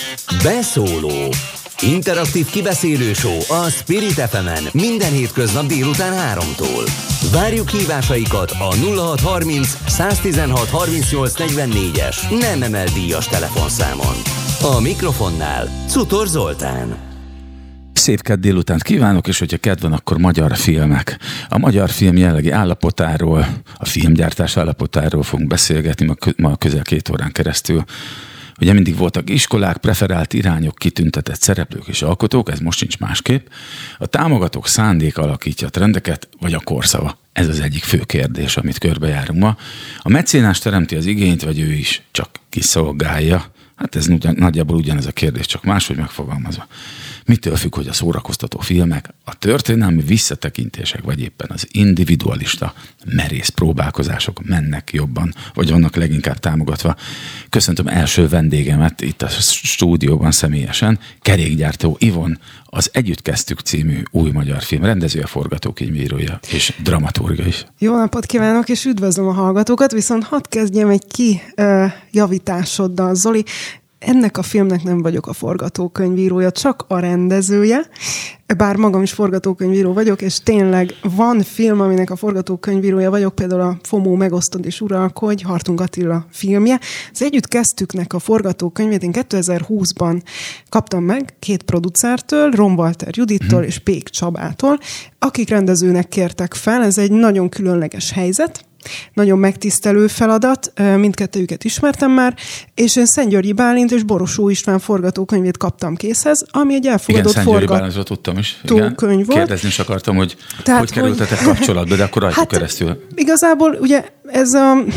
Beszóló. Interaktív kibeszélő show a Spirit FM-en minden hétköznap délután 3-tól. Várjuk hívásaikat a 0630 116 38 44-es nem emelt díjas telefonszámon. A mikrofonnál Czutor Zoltán. Szép kedd délutánt kívánok, és hogyha kedv van, akkor magyar filmek. A magyar film jellegi állapotáról, a filmgyártás állapotáról fogunk beszélgetni ma közel 2 órán keresztül. Ugye mindig voltak iskolák, preferált irányok, kitüntetett szereplők és alkotók, ez most sincs másképp. A támogatók szándéka alakítja a trendeket, vagy a korszava? Ez az egyik fő kérdés, amit körbejárunk ma. A mecénás teremti az igényt, vagy ő is csak kiszolgálja? Hát ez nagyjából ugyanez a kérdés, csak máshogy megfogalmazva. Mitől függ, hogy a szórakoztató filmek, a történelmi visszatekintések, vagy éppen az individualista merész próbálkozások mennek jobban, vagy vannak leginkább támogatva? Köszöntöm első vendégemet itt a stúdióban személyesen, kerékgyártó Ivon, az Együtt kezdtük című új magyar film rendezője, forgatókönyvírója és dramaturga is. Jó napot kívánok, és üdvözlöm a hallgatókat, viszont hadd kezdjem egy javításoddal, Zoli. Ennek a filmnek nem vagyok a forgatókönyvírója, csak a rendezője, bár magam is forgatókönyvíró vagyok, és tényleg van film, aminek a forgatókönyvírója vagyok, például a FOMO Megosztod és Uralkodj, Hartung Attila filmje. Az Együtt kezdtüknek a forgatókönyvét én 2020-ban kaptam meg 2 producertől, Rom Walter Judittól és Pék Csabától, akik rendezőnek kértek fel. Ez egy nagyon különleges helyzet, nagyon megtisztelő feladat, mindkettőjüket ismertem már, és én Szentgyörgyi Bálint és Borosó István forgatókönyvét kaptam készhez, ami egy elfogadott forgatókönyv volt. Kérdezni is akartam, hogy kerültetek kapcsolatba, de akkor rajtuk keresztül. Igazából ugye ez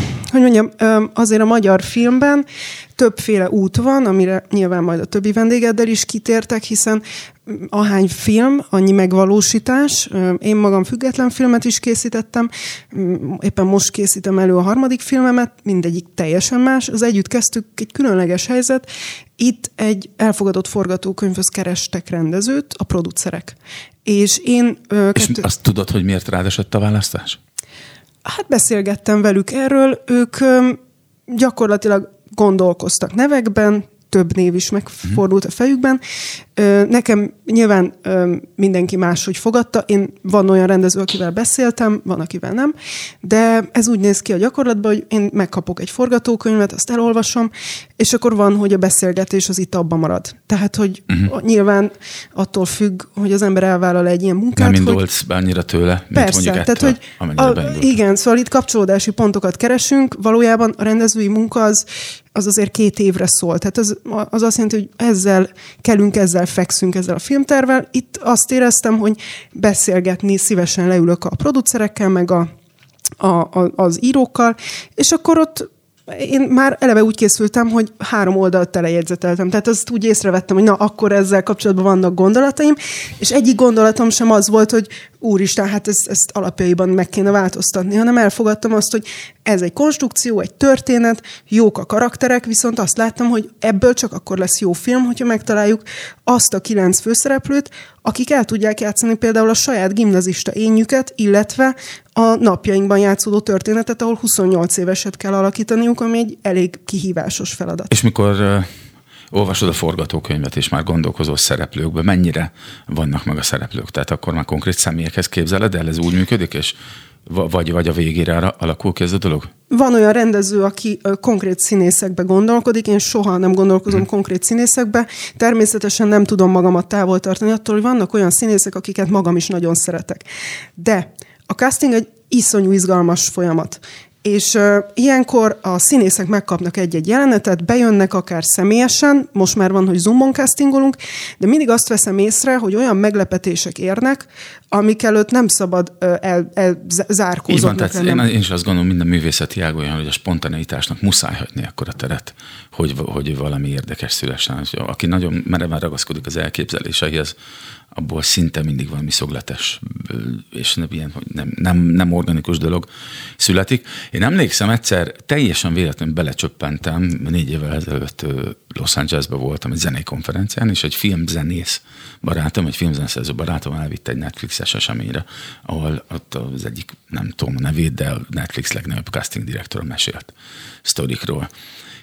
azért a magyar filmben többféle út van, amire nyilván majd a többi vendégeddel is kitértek, hiszen ahány film, annyi megvalósítás. Én magam független filmet is készítettem, éppen most készítem elő a 3. filmemet, mindegyik teljesen más. Az Együtt kezdtük egy különleges helyzet. Itt egy elfogadott forgatókönyvhöz kerestek rendezőt, a producerek. És én... És azt tudod, hogy miért rád esett a választás? Hát beszélgettem velük erről, ők gyakorlatilag gondolkoztak nevekben, több név is megfordult a fejükben. Nekem nyilván mindenki máshogy fogadta. Van olyan rendező, akivel beszéltem, van, akivel nem, de ez úgy néz ki a gyakorlatban, hogy én megkapok egy forgatókönyvet, azt elolvasom, és akkor van, hogy a beszélgetés az itt abban marad. Tehát, hogy nyilván attól függ, hogy az ember elvállal egy ilyen munkát. Nem indulsz bárnyira tőle, mint persze, mondjuk ettől, tehát, hogy igen, szóval itt kapcsolódási pontokat keresünk, valójában a rendezői munka az azért 2 évre szól. Tehát az azt jelenti, hogy ezzel fekszünk ezzel a filmtervvel. Itt azt éreztem, hogy beszélgetni szívesen leülök a producerekkel, meg az írókkal, és akkor ott én már eleve úgy készültem, hogy 3 oldalt telejegyzeteltem. Tehát azt úgy észrevettem, hogy na, akkor ezzel kapcsolatban vannak gondolataim, és egyik gondolatom sem az volt, hogy úristen, hát ezt alapjaiban meg kéne változtatni, hanem elfogadtam azt, hogy ez egy konstrukció, egy történet, jók a karakterek, viszont azt láttam, hogy ebből csak akkor lesz jó film, hogyha megtaláljuk azt a 9 főszereplőt, akik el tudják játszani például a saját gimnazista énjüket, illetve a napjainkban játszódó történetet, ahol 28 éveset kell alakítaniuk, ami egy elég kihívásos feladat. És mikor olvasod a forgatókönyvet, és már gondolkozol szereplőkben, mennyire vannak meg a szereplők? Tehát akkor már konkrét személyekhez képzeled el, ez úgy működik, és vagy a végére alakul ki ez a dolog? Van olyan rendező, aki konkrét színészekbe gondolkodik, én soha nem gondolkozom konkrét színészekbe. Természetesen nem tudom magamat távol tartani attól, hogy vannak olyan színészek, akiket magam is nagyon szeretek. De a casting egy iszonyú izgalmas folyamat. És ilyenkor a színészek megkapnak egy-egy jelenetet, bejönnek akár személyesen, most már van, hogy Zoomon castingolunk, de mindig azt veszem észre, hogy olyan meglepetések érnek, amik előtt nem szabad elzárkózódnak. Így van, tehát én is azt gondolom, minden művészeti ág olyan, hogy a spontaneitásnak muszáj hagyni akkor a teret, hogy valami érdekes szülessen. Aki nagyon mereven ragaszkodik az elképzeléseihez, abból szinte mindig valami szögletes és ilyen, hogy nem organikus dolog születik. Én emlékszem, egyszer teljesen véletlenül belecsöppentem, 4 évvel ezelőtt Los Angelesben voltam egy zenei konferencián, és egy filmzenész barátom, egy filmzeneszerző barátom elvitt egy Netflixes eseményre, ahol ott az egyik, nem tudom a nevét, de a Netflix legnagyobb casting direktora mesélt sztorikról.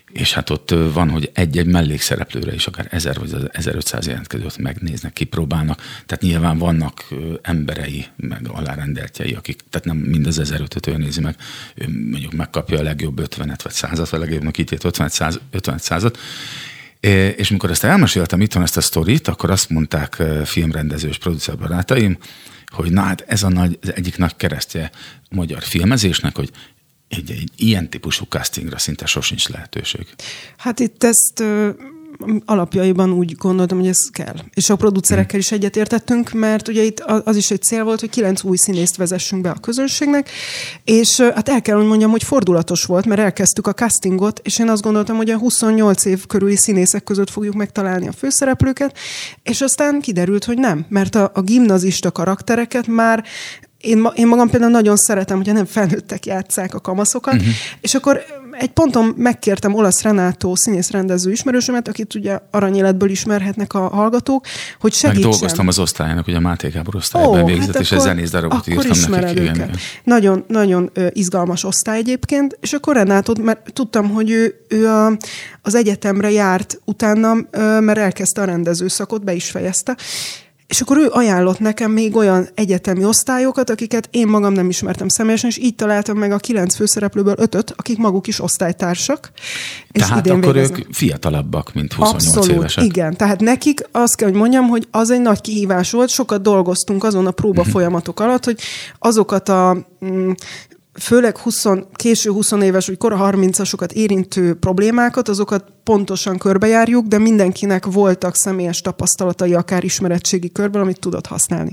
és hát ott van, hogy egy-egy mellékszereplőre is akár 1000 vagy 1500 jelentkezőt megnéznek, kipróbálnak. Tehát nyilván vannak emberei, meg alárendeltjei, akik, tehát nem mind az 1500-öt ő nézi meg, ő mondjuk megkapja a legjobb 50-et vagy 100-at, vagy legjobbnak ítélt 50-100-at. És amikor ezt elmeséltem itthon ezt a sztorit, akkor azt mondták filmrendező és producer barátaim, hogy na hát ez az egyik nagy keresztje a magyar filmezésnek, hogy egy ilyen típusú castingra szinte sosincs lehetőség. Hát itt ezt alapjaiban úgy gondoltam, hogy ez kell. És a producerekkel is egyetértettünk, mert ugye itt az is egy cél volt, hogy 9 új színészt vezessünk be a közönségnek, és hát el kell, hogy mondjam, hogy fordulatos volt, mert elkezdtük a castingot, és én azt gondoltam, hogy a 28 év körüli színészek között fogjuk megtalálni a főszereplőket, és aztán kiderült, hogy nem, mert a gimnazista karaktereket már én magam például nagyon szeretem, hogyha nem felnőttek játsszák a kamaszokat, és akkor egy ponton megkértem Olasz Renátó színészrendező ismerősömet, akit ugye aranyéletből ismerhetnek a hallgatók, hogy segítsen. Megdolgoztam az osztálynak, ugye a Máté Gábor osztályban végzett, és egy zenész darabot írtam nekik. Igen. Nagyon, nagyon izgalmas osztály egyébként, és akkor Renátót, mert tudtam, hogy ő az egyetemre járt utána, mert elkezdte a rendezőszakot, be is fejezte, és akkor ő ajánlott nekem még olyan egyetemi osztályokat, akiket én magam nem ismertem személyesen, és így találtam meg a 9 főszereplőből 5-öt, akik maguk is osztálytársak. Tehát akkor ők fiatalabbak, mint 28 Abszolút, évesek. Igen, tehát nekik azt kell, hogy mondjam, hogy az egy nagy kihívás volt, sokat dolgoztunk azon a próba folyamatok alatt, hogy azokat főleg késő 20 éves, vagy kora 30-asokat érintő problémákat, azokat pontosan körbejárjuk, de mindenkinek voltak személyes tapasztalatai, akár ismeretségi körben, amit tudott használni.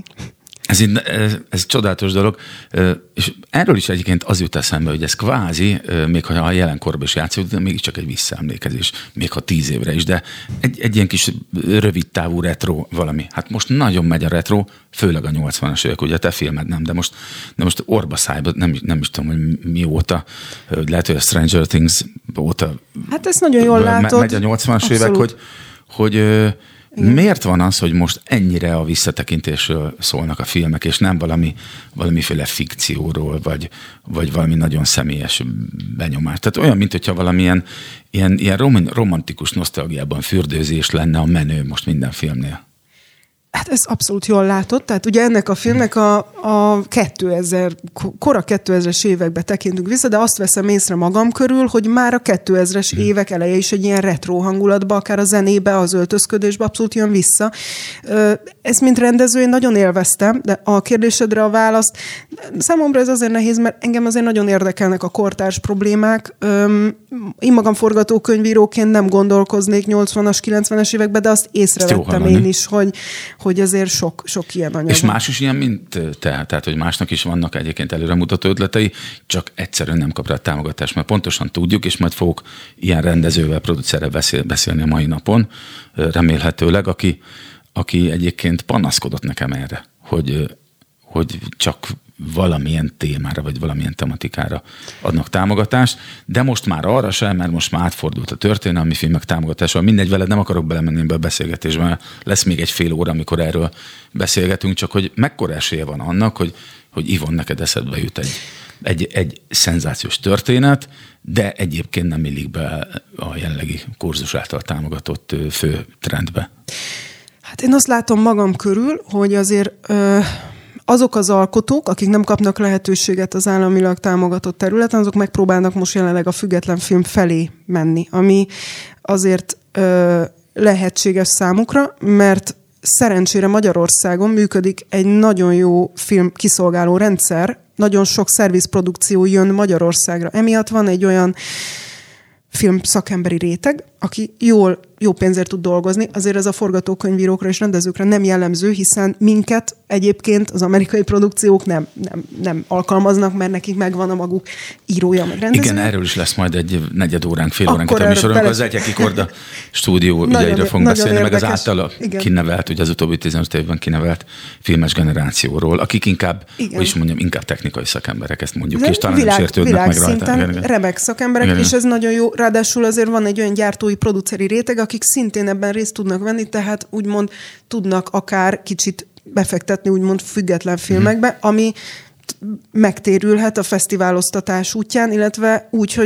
Ez csodálatos dolog, és erről is egyébként az jut eszembe, hogy ez kvázi, még ha a jelenkorban is játszódik, de mégiscsak egy visszaemlékezés, még ha 10 évre is, de egy ilyen kis rövid távú retro valami. Hát most nagyon megy a retro, főleg a 80-as évek, ugye te filmed nem, de most orba szájba, nem is tudom, hogy mióta, lehet, hogy a Stranger Things óta hát ezt nagyon jól látod. Megy a 80-as évek, hogy miért van az, hogy most ennyire a visszatekintésről szólnak a filmek, és nem valamiféle fikcióról, vagy valami nagyon személyes benyomás? Tehát olyan, mint hogyha valamilyen ilyen romantikus nosztalgiában fürdőzés lenne a menő most minden filmnél. Hát ez abszolút jól látod. Tehát ugye ennek a filmnek a 2000, kora 2000-es évekbe tekintünk vissza, de azt veszem észre magam körül, hogy már a 2000-es évek eleje is egy ilyen retro hangulatba, akár a zenébe, az öltözködésbe abszolút jön vissza. Ezt mint rendező én nagyon élveztem, de a kérdésedre a választ, számomra ez azért nehéz, mert engem azért nagyon érdekelnek a kortárs problémák. Én magam forgatókönyvíróként nem gondolkoznék 80-as, 90-es években, de azt észrevettem én is, hogy azért sok ilyen anyag. És más is ilyen, mint te? Tehát, hogy másnak is vannak egyébként előremutató ötletei, csak egyszerűen nem kap rá támogatást, mert pontosan tudjuk, és majd fogok ilyen rendezővel, producerrel beszélni a mai napon, remélhetőleg, aki egyébként panaszkodott nekem erre, hogy csak valamilyen témára, vagy valamilyen tematikára adnak támogatást, de most már arra sem, mert most már átfordult a történelmi filmek támogatása. Mindegy, veled nem akarok belemenni be a beszélgetésbe, mert lesz még egy fél óra, amikor erről beszélgetünk, csak hogy mekkora esélye van annak, hogy Ivon, neked eszedbe jut egy szenzációs történet, de egyébként nem illik be a jelenlegi kurzus által támogatott fő trendbe. Hát én azt látom magam körül, hogy azért azok az alkotók, akik nem kapnak lehetőséget az államilag támogatott területen, azok megpróbálnak most jelenleg a független film felé menni, ami azért lehetséges számukra, mert szerencsére Magyarországon működik egy nagyon jó film kiszolgáló rendszer, nagyon sok szervizprodukció jön Magyarországra. Emiatt van egy olyan film szakemberi réteg, aki jó pénzért tud dolgozni, azért ez a forgatókönyvírókra és rendezőkre nem jellemző, hiszen minket egyébként az amerikai produkciók nem alkalmaznak, mert nekik megvan a maguk írója, meg rendező. Igen, erről is lesz majd egy negyed óránk, fél óránk a műsorunk, az Egyeki Korda stúdió ügyeiről fogunk beszélni, érdekes. Meg az általa kinevelt, ugye az utóbbi 15 évben kinevelt filmes generációról, akik inkább technikai szakemberek, ezt mondjuk, és talán nem sértődnek meg rajta. Remek szakemberek, és ez nagyon jó. Ráadásul azért van egy olyan gyártói, produceri réteg, akik szintén ebben részt tudnak venni, tehát úgymond tudnak akár kicsit befektetni úgymond független filmekbe, ami megtérülhet a fesztiváloztatás útján, illetve úgy, hogy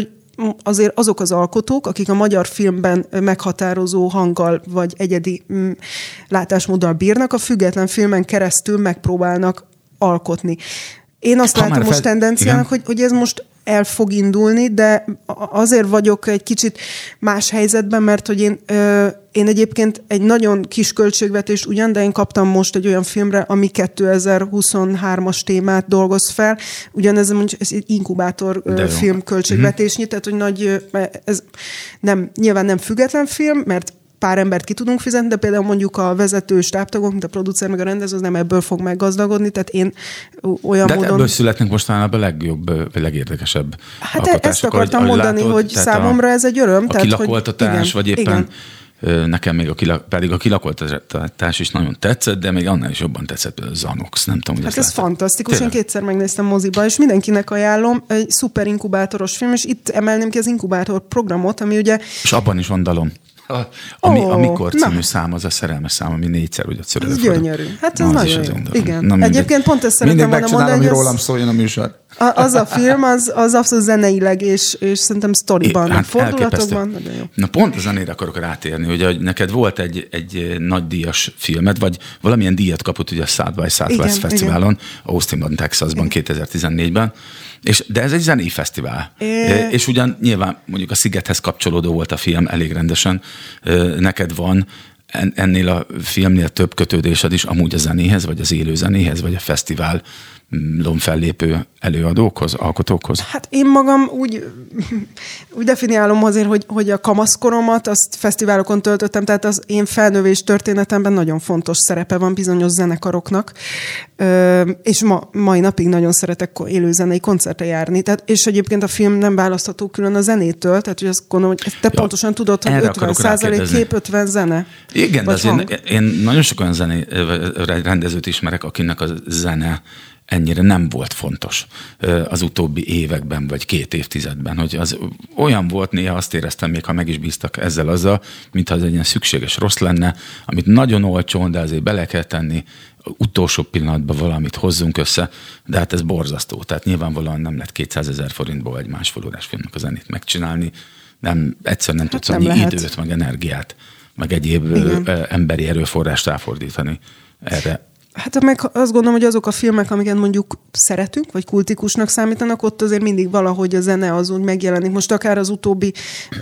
azért azok az alkotók, akik a magyar filmben meghatározó hanggal vagy egyedi látásmóddal bírnak, a független filmen keresztül megpróbálnak alkotni. Én azt látom most tendenciának, hogy ez most el fog indulni, de azért vagyok egy kicsit más helyzetben, mert hogy én egyébként egy nagyon kis költségvetést ugyan, de én kaptam most egy olyan filmre, ami 2023-as témát dolgoz fel. Ugyanez mondjuk ez egy inkubátor film költségvetésnyi, tehát hogy nagy, ez nyilván nem független film, mert pár embert ki tudunk fizetni, de például mondjuk a vezető stábtagok, mint a producer, meg a rendező, az nem ebből fog meggazdagodni, tehát én olyan de módon... ebből születnek mostanában a legjobb, vagy legérdekesebb alkotások. Ezt akartam mondani, hogy számomra ez egy öröm. A kilakoltatás, vagy éppen nekem még pedig a kilakoltatás is nagyon tetszett, de még annál is jobban tetszett például a Zanox. Nem tudom, hogy hát ez fantasztikus. Én 2-szer megnéztem moziba, és mindenkinek ajánlom. Egy szuper inkubátoros film, és itt emelném ki az inkubátor programot, ami ugye... És abban is van dalom. Amikor című szám, az a szerelmes szám, ami 4-szer úgy szöröl. Ez gyönyörű. Hát ez nagyon jó. Igen. Egyébként pont ezt szeretem volna mondani, hogy rólam szóljon a műsor. Az a film, az abszolút zeneileg, és szerintem sztoriban, fordulatokban. Nagyon jó. Na pont a zenére akarok rátérni, hogy neked volt egy nagy díjas filmed, vagy valamilyen díjat kapott ugye a South by Southwest Fesztiválon, Austinban, Texasban 2014-ben, de ez egy zenei fesztivál. És ugyan nyilván mondjuk a Szigethez kapcsolódó volt a film elég rendesen. Neked van ennél a filmnél több kötődésed is amúgy a zenéhez, vagy az élő zenéhez, vagy a fesztiválon fellépő előadókhoz, alkotókhoz? Hát én magam úgy definiálom azért, hogy a kamaszkoromat azt fesztiválokon töltöttem, tehát az én felnövés történetemben nagyon fontos szerepe van bizonyos zenekaroknak, és mai napig nagyon szeretek élőzenei koncertre járni. Tehát, és egyébként a film nem választható külön a zenétől, tehát hogy azt gondolom, hogy te pontosan tudod, hogy 50% kép, 50 zene. Igen, de én nagyon sok olyan rendezőt ismerek, akinek a zene ennyire nem volt fontos az utóbbi években, vagy 2 évtizedben, hogy az olyan volt, néha azt éreztem, még ha meg is bíztak azzal, mintha az egy ilyen szükséges rossz lenne, amit nagyon olcsón, de azért bele kell tenni, utolsó pillanatban valamit hozzunk össze, de hát ez borzasztó. Tehát nyilvánvalóan nem lehet 200 000 forintból egy másfél órás filmnek a zenét megcsinálni, egyszerűen nem tudsz annyi időt, meg energiát, meg egyéb emberi erőforrást ráfordítani erre. Hát meg azt gondolom, hogy azok a filmek, amiket mondjuk szeretünk, vagy kultikusnak számítanak, ott azért mindig valahogy a zene az úgy megjelenik. Most akár az utóbbi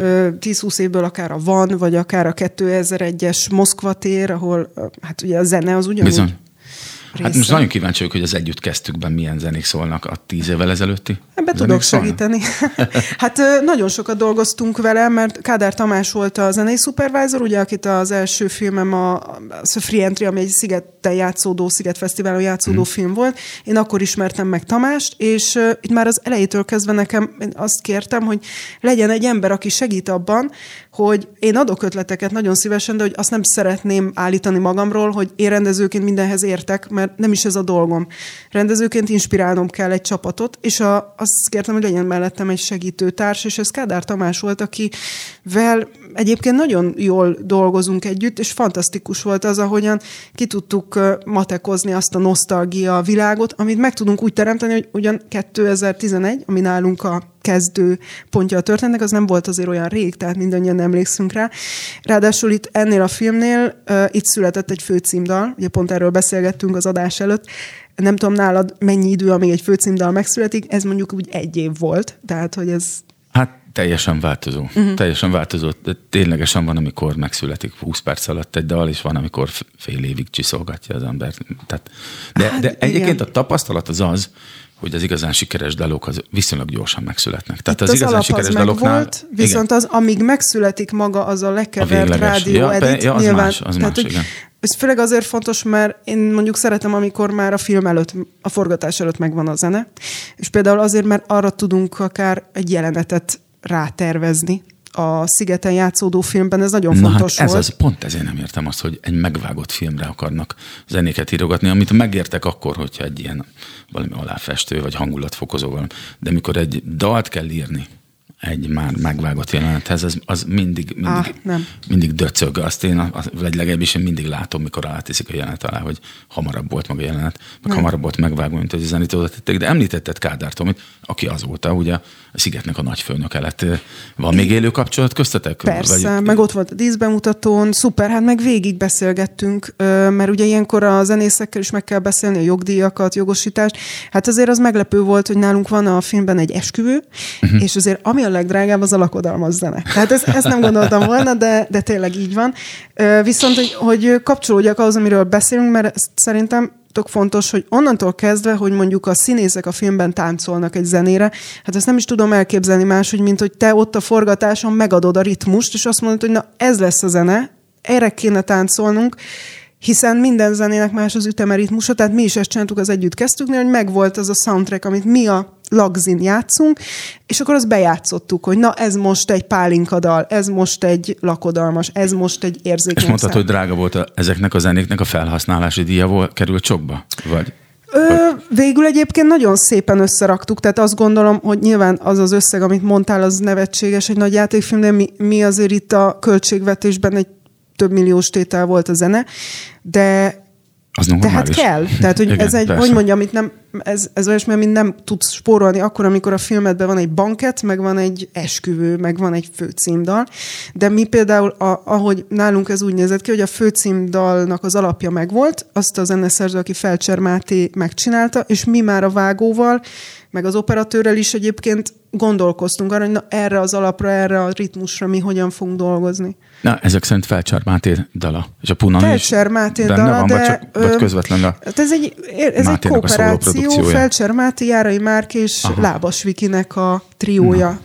10-20 évből akár a Van, vagy akár a 2001-es Moszkva tér, ahol hát ugye a zene az ugyanúgy. Bizony. Hát most nagyon kíváncsi vagyok, hogy az Együtt kezdtükben milyen zenék szólnak a 10 évvel ezelőtti. Ebbe tudok segíteni. Hát nagyon sokat dolgoztunk vele, mert Kádár Tamás volt a zenei szupervájzor, ugye, akit az első filmem a Free Entry, ami egy Szigetfesztiválon játszódó film volt. Én akkor ismertem meg Tamást, és itt már az elejétől kezdve nekem azt kértem, hogy legyen egy ember, aki segít abban, hogy én adok ötleteket nagyon szívesen, de hogy azt nem szeretném állítani magamról, hogy én rendezőként mindenhez értek, mert nem is ez a dolgom. Rendezőként inspirálnom kell egy csapatot, és azt kértem, hogy legyen mellettem egy segítőtárs, és ez Kádár Tamás volt, akivel egyébként nagyon jól dolgozunk együtt, és fantasztikus volt az, ahogyan ki tudtuk matekozni azt a nosztalgia világot, amit meg tudunk úgy teremteni, hogy ugyan 2011, ami nálunk a kezdő pontja a történetnek, az nem volt azért olyan rég, tehát mindannyian emlékszünk rá. Ráadásul itt ennél a filmnél itt született egy főcímdal, ugye pont erről beszélgettünk az adás előtt. Nem tudom nálad mennyi idő, amíg egy főcímdal megszületik, ez mondjuk úgy 1 év volt, tehát hogy ez... Hát teljesen változó. Teljesen változó. De ténylegesen van, amikor megszületik 20 perc alatt egy dal, és van, amikor fél évig csiszolgatja az ember. Tehát, de egyébként a tapasztalat az, hogy az igazán sikeres dalok az viszonylag gyorsan megszületnek. Tehát az igazán sikeres daloknál... Volt, viszont az, amíg megszületik maga az a lekevert rádió edit, az nyilván... Más, igen. Ez főleg azért fontos, mert én mondjuk szeretem, amikor már a film előtt, a forgatás előtt megvan a zene, és például azért, mert arra tudunk akár egy jelenetet rátervezni. A Szigeten játszódó filmben ez nagyon fontos volt. Pont ezért nem értem azt, hogy egy megvágott filmre akarnak zenéket írogatni, amit megértek akkor, hogyha egy ilyen valami aláfestő vagy hangulatfokozó valami. De mikor egy dalt kell írni, egy már megvágott jelenethez, az mindig döcög. Azt vagy legalábbis én mindig látom, mikor áteszik a jelenet alá, hogy hamarabb volt meg a jelenet, meg hamarabb volt megvágva, mint az üzenítő oda tették. De említetted Kádár Tomit, aki azóta ugye a Szigetnek a nagyfőnöke lett. Van még élő kapcsolat köztetek? Persze, meg ott volt a díszbemutatón, szuper, hát meg végig beszélgettünk, mert ugye ilyenkor a zenészekkel is meg kell beszélni a jogdíjakat, jogosítást. Hát azért az meglepő volt, hogy nálunk van a filmben egy esküvő, és azért ami a legdrágább, az a lakodalmas zene. Tehát ezt nem gondoltam volna, de tényleg így van. Viszont, hogy kapcsolódjak ahhoz, amiről beszélünk, mert szerintem tök fontos, hogy onnantól kezdve, hogy mondjuk a színészek a filmben táncolnak egy zenére, hát ezt nem is tudom elképzelni máshogy, mint hogy te ott a forgatáson megadod a ritmust, és azt mondod, hogy na ez lesz a zene, erre kéne táncolnunk, hiszen minden zenének más az üteme ritmusa, tehát mi is ezt csináltuk az Együtt kezdtüknél, hogy megvolt az a soundtrack, amit mi a lagzin játszunk, és akkor azt bejátszottuk, hogy na ez most egy pálinkadal, ez most egy lakodalmas, ez most egy érzékeny. És mondtad, hogy drága volt ezeknek a zenéknek a felhasználási díja került sokba? Vagy? Végül egyébként nagyon szépen összeraktuk, tehát azt gondolom, hogy nyilván az az összeg, amit mondtál, az nevetséges egy nagy játékfilm, de mi azért itt a költségvetésben egy több milliós tétel volt a zene, de hát kell. Tehát, hogy igen, ez egy, persze. Hogy mondjam, itt nem, ez olyasmi, amit nem tudsz spórolni akkor, amikor a filmedben van egy banket, meg van egy esküvő, meg van egy főcímdal. De mi például, ahogy nálunk ez úgy nézett ki, hogy a főcímdalnak az alapja megvolt, azt a zeneszerző, aki Felcser Máté megcsinálta, és mi már a vágóval, meg az operatőrrel is egyébként gondolkoztunk arra, hogy na, erre az alapra, erre a ritmusra mi hogyan fogunk dolgozni. Na, ezek szerint Felcser Máté dala. És a Punan Felcser Máté dala, van, de... Vagy közvetlenül a ez egy kooperáció, Felcser Máté, Járai Márk és Lábas Vikinek a triója.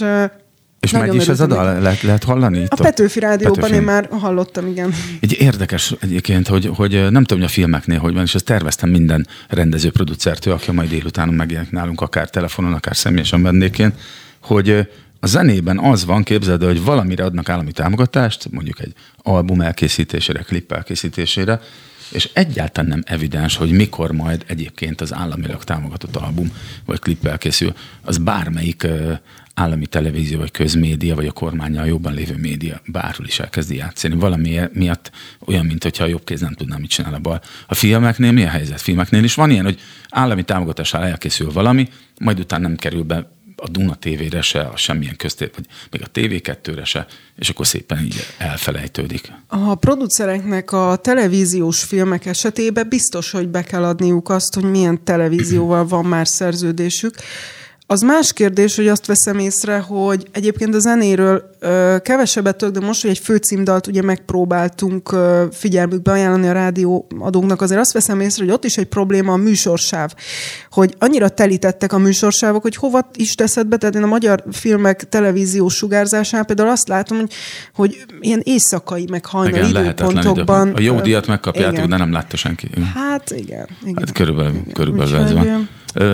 És megy is ez a dal? Lehet hallani? A Petőfi Rádióban én már hallottam, igen. Egy érdekes egyébként, hogy nem tudom, hogy a filmeknél hogy van, és ezt terveztem minden rendező producertől, aki majd délután megjelenik nálunk, akár telefonon, akár személyesen vendégként, hogy a zenében az van, képzeld, hogy valamire adnak állami támogatást, mondjuk egy album elkészítésére, klip elkészítésére, és egyáltalán nem evidens, hogy mikor majd egyébként az államilag támogatott album vagy klip elkészül. Az bármelyik állami televízió, vagy közmédia, vagy a kormánnyal jobban lévő média bárhol is elkezdi játszani. Valami miatt olyan, mint hogyha a jobb kéz nem tudná, mit csinál a bal. A filmeknél mi a helyzet? Filmeknél is van ilyen, hogy állami támogatással elkészül valami, majd utána nem kerül be a Duna TV-re se, a semmilyen köztét, vagy még a TV2-re se, és akkor szépen így elfelejtődik. A producereknek a televíziós filmek esetében biztos, hogy be kell adniuk azt, hogy milyen televízióval van már szerződésük. Az más kérdés, hogy azt veszem észre, hogy egyébként a zenéről kevesebbet tudok, de most, hogy egy főcímdalt ugye megpróbáltunk figyelmükbe ajánlani a rádióadóknak, azért azt veszem észre, hogy ott is egy probléma a műsorsáv. Hogy annyira telítettek a műsorsávok, hogy hova is teszed be, tehát én a magyar filmek televíziós sugárzásán például azt látom, hogy ilyen éjszakai, meg hajnali időpontokban... A jó díjat megkapjátok, de nem látta senki. Hát igen. Hát körülbelül ez van.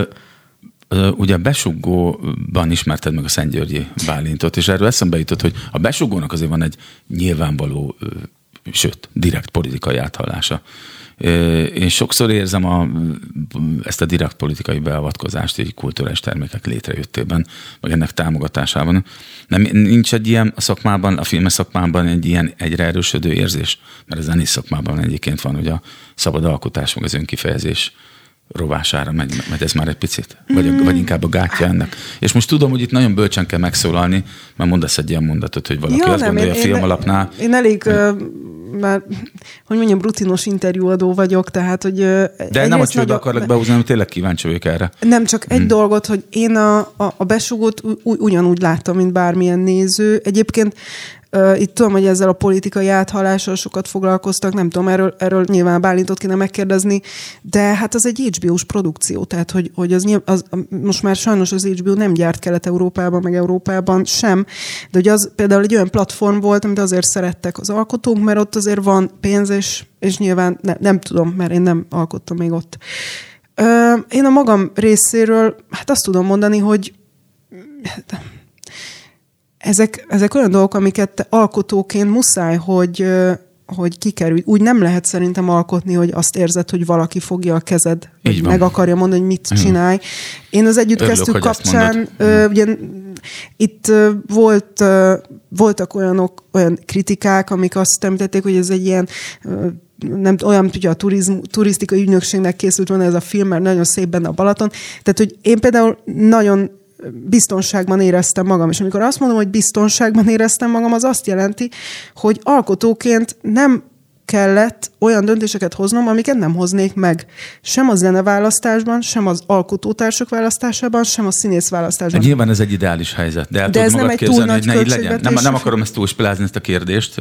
Ugye a Besugóban ismerted meg a Szentgyörgyi Bálintot, és erről eszembe jutott, hogy a Besugónak azért van egy nyilvánvaló, sőt, direkt politikai áthallása. Én sokszor érzem ezt a direkt politikai beavatkozást egy kulturális termékek létrejöttében, meg ennek támogatásában. Nincs egy ilyen a szakmában, a filmes szakmában egy ilyen egyre erősödő érzés, mert a zenész szakmában egyébként van, hogy a szabad alkotás, meg az önkifejezés rovására megy ez már egy picit? Vagy inkább a gátja ennek? És most tudom, hogy itt nagyon bölcsen kell megszólalni, mert mondasz egy ilyen mondatot, hogy valaki azt gondolja a filmalapnál. Én elég, már, hogy mondjam, rutinos interjúadó vagyok, tehát, hogy... De nem a csődbe akarlak behúzni, hanem tényleg kíváncsi vagyok erre. Nem, csak egy dolgot, hogy én a Besugót ugyanúgy láttam, mint bármilyen néző. Egyébként itt tudom, hogy ezzel a politikai áthallással sokat foglalkoztak, nem tudom, erről nyilván Bálintot kéne megkérdezni, de hát az egy HBO-s produkció, tehát hogy az most már sajnos az HBO nem gyárt Kelet-Európában, meg Európában sem, de hogy az például egy olyan platform volt, amit azért szerettek az alkotók, mert ott azért van pénz, és nyilván nem tudom, mert én nem alkottam még ott. Én a magam részéről hát azt tudom mondani, hogy ezek olyan dolgok, amiket te alkotóként muszáj, hogy kikerülj. Úgy nem lehet szerintem alkotni, hogy azt érzed, hogy valaki fogja a kezed, hogy meg akarja mondani, hogy mit csinálj. Én az Együtt kezdtük kapcsán ugye Itt voltak olyan kritikák, amik azt említették, hogy ez egy ilyen nem olyan, hogy a turisztikai ügynökségnek készült volna ez a film, mert nagyon szép benne a Balaton. Tehát, hogy én például nagyon biztonságban éreztem magam, és amikor azt mondom, hogy biztonságban éreztem magam, az azt jelenti, hogy alkotóként nem kellett olyan döntéseket hoznom, amiket nem hoznék meg. Sem a zeneválasztásban, sem az alkotótársak választásában, sem a színész választásban. Nyilván ez egy ideális helyzet, de el tudod magad képzelni, hogy ne így legyen. Nem akarom ezt túlspilázni, ezt a kérdést,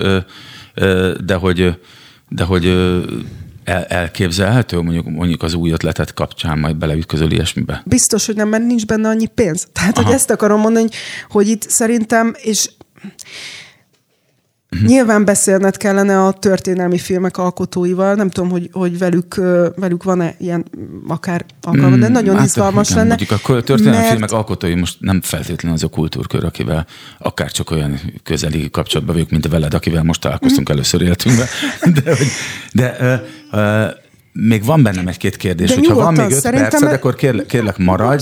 de hogy elképzelhető, mondjuk az új ötletet kapcsán majd beleütközöl ilyesmibe? Biztos, hogy nem, mert nincs benne annyi pénz. Tehát, hogy ezt akarom mondani, hogy itt szerintem, és nyilván beszélned kellene a történelmi filmek alkotóival, nem tudom, hogy velük van-e ilyen akár alkalma, de nagyon izgalmas lenne. Mondjuk a történelmi filmek alkotói most nem feltétlenül az a kultúrkör, akivel akár csak olyan közeli kapcsolatban vagyok, mint veled, akivel most találkoztunk először életünkben. De még van bennem egy-két kérdés, hogyha van még 5 perced, akkor kérlek maradj,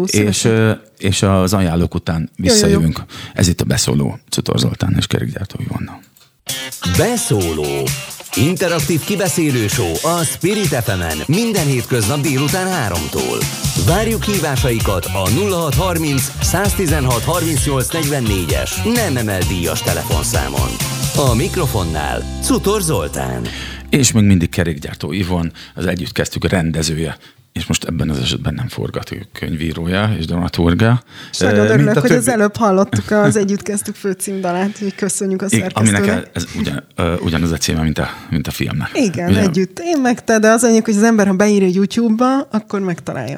és az ajánlók után visszajövünk. Jó. Ez itt a Beszóló, Czutor Zoltán és Kerékgyártó Ivannal. Beszóló. Interaktív kibeszélő show a Spirit FM-en minden hétköznap délután 3-tól. Várjuk hívásaikat a 0630 116 38 44-es nem emel díjas telefonszámon. A mikrofonnál Czutor Zoltán. És még mindig Kerékgyártó Ivon, az Együtt Kezdtük rendezője, és most ebben az esetben nem forgatókönyvírója és dramaturga. És nagyon örülök, hogy az előbb hallottuk az Együtt Kezdtük főcímdalát, hogy köszönjük a szerkesztőnek. Aminek ez ugyanaz a címe, mint a filmnek. Igen, ugye? Együtt. Én meg te, de az anyag, hogy az ember, ha beírja YouTube-ba, akkor megtalálja.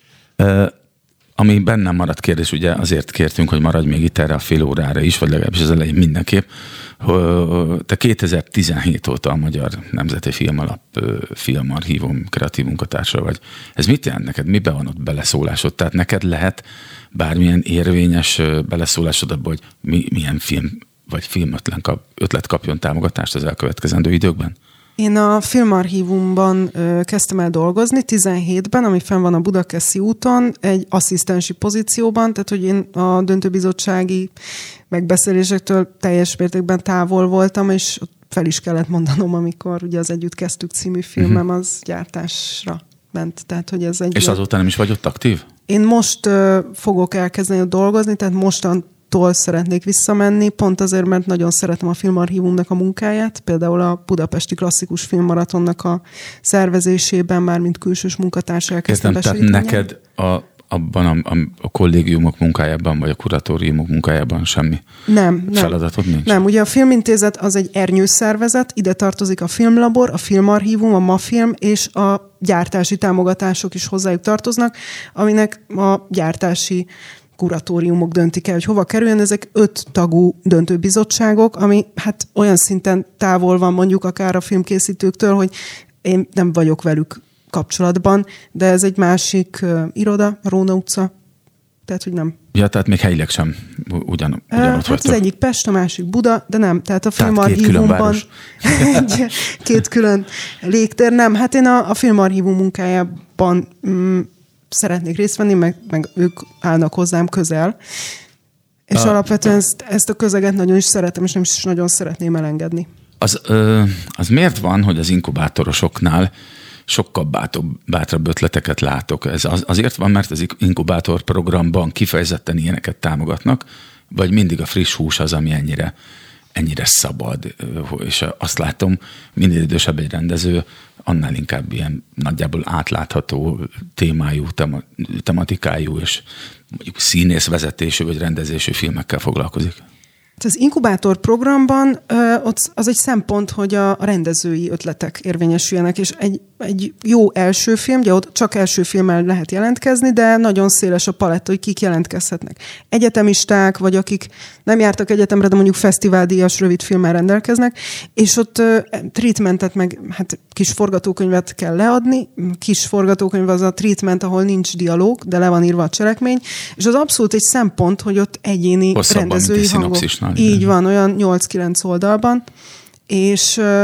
Ami bennem maradt kérdés, ugye azért kértünk, hogy maradj még itt erre a fél órára is, vagy legalábbis az elején mindenképp. Te 2017 óta a Magyar Nemzeti Filmalap filmarchívum kreatív munkatársa vagy. Ez mit jelent neked? Mibe van ott beleszólásod? Tehát neked lehet bármilyen érvényes beleszólásod abban, hogy milyen film vagy filmötlet kapjon támogatást az elkövetkezendő időkben? Én a filmarchívumban kezdtem el dolgozni 17-ben, ami fenn van a Budakeszi úton, egy asszisztensi pozícióban, tehát hogy én a döntőbizottsági megbeszélésektől teljes mértékben távol voltam, és fel is kellett mondanom, amikor ugye az Együtt Kezdtük című filmem az gyártásra ment. Tehát, hogy ez egy és azóta nem is vagy ott aktív? Én most fogok elkezdeni ott dolgozni, tehát mostantól szeretnék visszamenni, pont azért, mert nagyon szeretem a filmarchívumnak a munkáját, például a Budapesti Klasszikus Filmmaratonnak a szervezésében már mint külsős munkatárs elkezdtem besegíteni. Tehát neked abban a kollégiumok munkájában, vagy a kuratóriumok munkájában semmi feladatod nincs? Nem, ugye a Filmintézet az egy ernyőszervezet, ide tartozik a Filmlabor, a Filmarchívum, a MAFilm, és a gyártási támogatások is hozzájuk tartoznak, aminek a gyártási kuratóriumok döntik el, hogy hova kerüljön. Ezek 5 tagú döntőbizottságok, ami hát olyan szinten távol van mondjuk akár a filmkészítőktől, hogy én nem vagyok velük kapcsolatban, de ez egy másik iroda, Róna utca, tehát hogy nem. Ja, tehát még helyileg sem ugyanott hát vagytok. az egyik Pest, a másik Buda, de nem, tehát a filmarchívumban két külön légtér, nem. Hát én a filmarchívum munkájában szeretnék részt venni, meg ők állnak hozzám közel. És alapvetően ezt a közeget nagyon is szeretem, és nem is nagyon szeretném elengedni. Az miért van, hogy az inkubátorosoknál sokkal bátrabb ötleteket látok? Ez azért van, mert az inkubátor programban kifejezetten ilyeneket támogatnak, vagy mindig a friss hús az, ami ennyire szabad, és azt látom, minél idősebb egy rendező, annál inkább ilyen nagyjából átlátható témájú, tematikájú, és mondjuk színészvezetésű vagy rendezésű filmekkel foglalkozik. Az inkubátor programban az egy szempont, hogy a rendezői ötletek érvényesüljenek, és egy jó első film, ugye ott csak első filmmel lehet jelentkezni, de nagyon széles a paletta, hogy kik jelentkezhetnek. Egyetemisták, vagy akik nem jártak egyetemre, de mondjuk fesztiváldíjas rövid filmmel rendelkeznek, és ott treatmentet, meg hát kis forgatókönyvet kell leadni. Kis forgatókönyv az a treatment, ahol nincs dialóg, de le van írva a cselekmény, és az abszolút egy szempont, hogy ott egyéni rendezői hangok. Így van, olyan 8-9 oldalban, és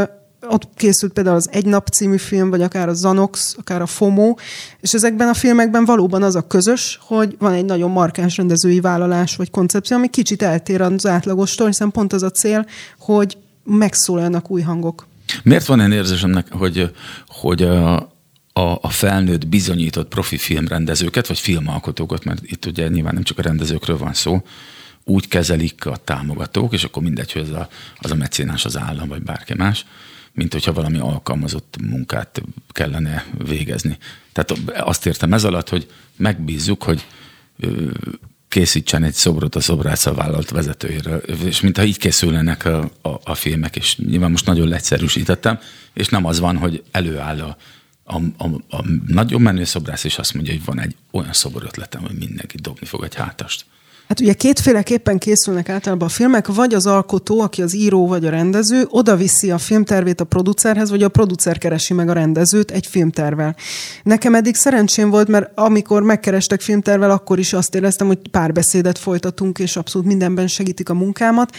ott készült például az Egy nap című film, vagy akár a Zanox, akár a FOMO, és ezekben a filmekben valóban az a közös, hogy van egy nagyon markáns rendezői vállalás, vagy koncepció, ami kicsit eltér az átlagostól, hiszen pont az a cél, hogy megszólalnak új hangok. Miért van én érzésemnek, hogy a felnőtt bizonyított profi filmrendezőket, vagy filmalkotókat, mert itt ugye nyilván nem csak a rendezőkről van szó, úgy kezelik a támogatók, és akkor mindegy, hogy az a mecénás az állam, vagy bárki más, mint hogyha valami alkalmazott munkát kellene végezni. Tehát azt értem ez alatt, hogy megbízzuk, hogy készítsen egy szobrot a szobrászal vállalt vezetőjéről, és mintha így készülnek a filmek, és nyilván most nagyon leegyszerűsítettem, és nem az van, hogy előáll a nagyon menő szobrász, és azt mondja, hogy van egy olyan szoborötletem, hogy mindenki dobni fog egy hátast. Hát ugye kétféleképpen készülnek általában a filmek, vagy az alkotó, aki az író vagy a rendező, oda viszi a filmtervét a producerhez, vagy a producer keresi meg a rendezőt egy filmtervvel. Nekem eddig szerencsém volt, mert amikor megkerestek filmtervvel, akkor is azt éreztem, hogy párbeszédet folytatunk, és abszolút mindenben segítik a munkámat.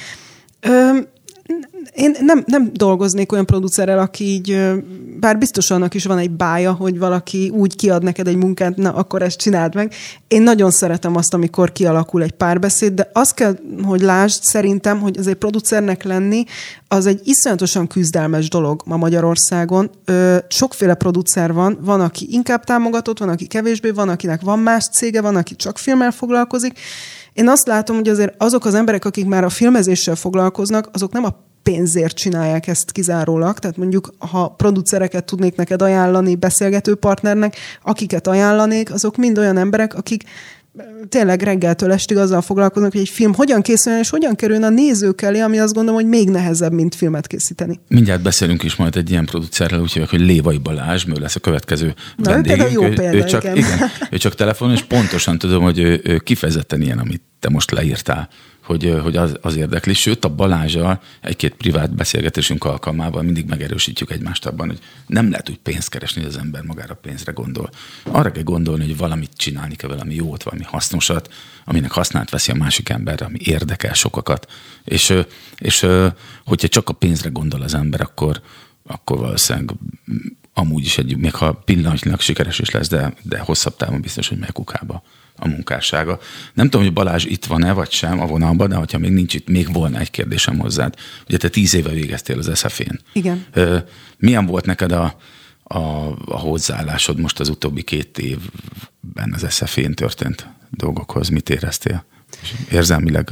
Én nem dolgoznék olyan producerrel, aki így, bár biztos annak is van egy bája, hogy valaki úgy kiad neked egy munkát, na akkor ezt csináld meg. Én nagyon szeretem azt, amikor kialakul egy párbeszéd, de azt kell, hogy lásd szerintem, hogy azért producernek lenni, az egy iszonyatosan küzdelmes dolog ma Magyarországon. Sokféle producer van, aki inkább támogatott, van, aki kevésbé, van, akinek van más cége, van, aki csak filmmel foglalkozik. Én azt látom, hogy azért azok az emberek, akik már a filmezéssel foglalkoznak, azok nem a pénzért csinálják ezt kizárólag. Tehát mondjuk, ha producereket tudnék neked ajánlani beszélgető partnernek, akiket ajánlanék, azok mind olyan emberek, akik tényleg reggeltől estig azzal foglalkoznak, hogy egy film hogyan készüljön, és hogyan kerüljön a nézők elé, ami azt gondolom, hogy még nehezebb, mint filmet készíteni. Mindjárt beszélünk is majd egy ilyen producerrel, úgy hívják, hogy Lévai Balázs, ő lesz a következő vendégünk. Jó példa, ő csak telefonon, és pontosan tudom, hogy ő kifejezetten ilyen, amit te most leírtál, hogy az érdekli. Sőt, a Balázsal egy-két privát beszélgetésünk alkalmával mindig megerősítjük egymást abban, hogy nem lehet úgy pénzt keresni, hogy az ember magára pénzre gondol. Arra kell gondolni, hogy valamit csinálni kell, valami jót, valami hasznosat, aminek hasznát veszi a másik ember, ami érdekel sokakat. És hogyha csak a pénzre gondol az ember, akkor valószínűleg amúgy is még ha pillanatnyilag sikeres is lesz, de hosszabb távon biztos, hogy megy a kukába a munkássága. Nem tudom, hogy Balázs itt van-e, vagy sem a vonalban, de hogyha még nincs itt, még volna egy kérdésem hozzád. Ugye te 10 éve végeztél az SZF-én. Igen. Milyen volt neked a hozzáállásod most az utóbbi 2 évben az SZF-én történt dolgokhoz? Mit éreztél? Érzelmileg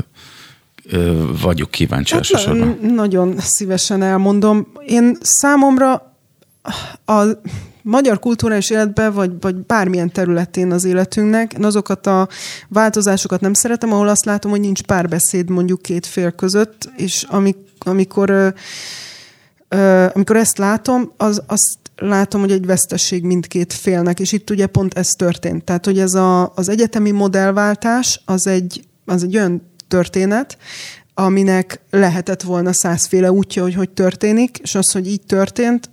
vagyok kíváncsi elsősorban. Nagyon szívesen elmondom. Én számomra a magyar kulturális életben, vagy bármilyen területén az életünknek, azokat a változásokat nem szeretem, ahol azt látom, hogy nincs párbeszéd mondjuk két fél között, és amikor ezt látom, azt látom, hogy egy vesztesség mindkét félnek, és itt ugye pont ez történt. Tehát, hogy ez az egyetemi modellváltás, az egy olyan történet, aminek lehetett volna 100 féle útja, hogy történik, és az, hogy így történt,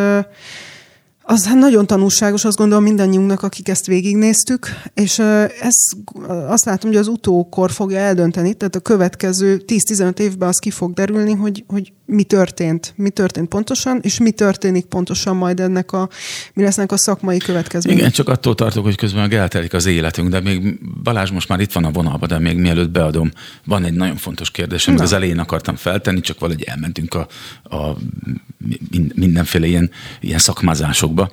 az nagyon tanulságos, azt gondolom mindannyiunknak, akik ezt végignéztük, és azt látom, hogy az utókor fogja eldönteni, tehát a következő 10-15 évben az ki fog derülni, hogy mi történt pontosan, és mi történik pontosan majd mi lesznek a szakmai következmények. Igen, csak attól tartok, hogy közben eltelik az életünk, de még Balázs most már itt van a vonalban, de még mielőtt beadom, van egy nagyon fontos kérdés, amit az elején akartam feltenni, csak valahogy elmentünk a mindenféle ilyen szakmázásokba.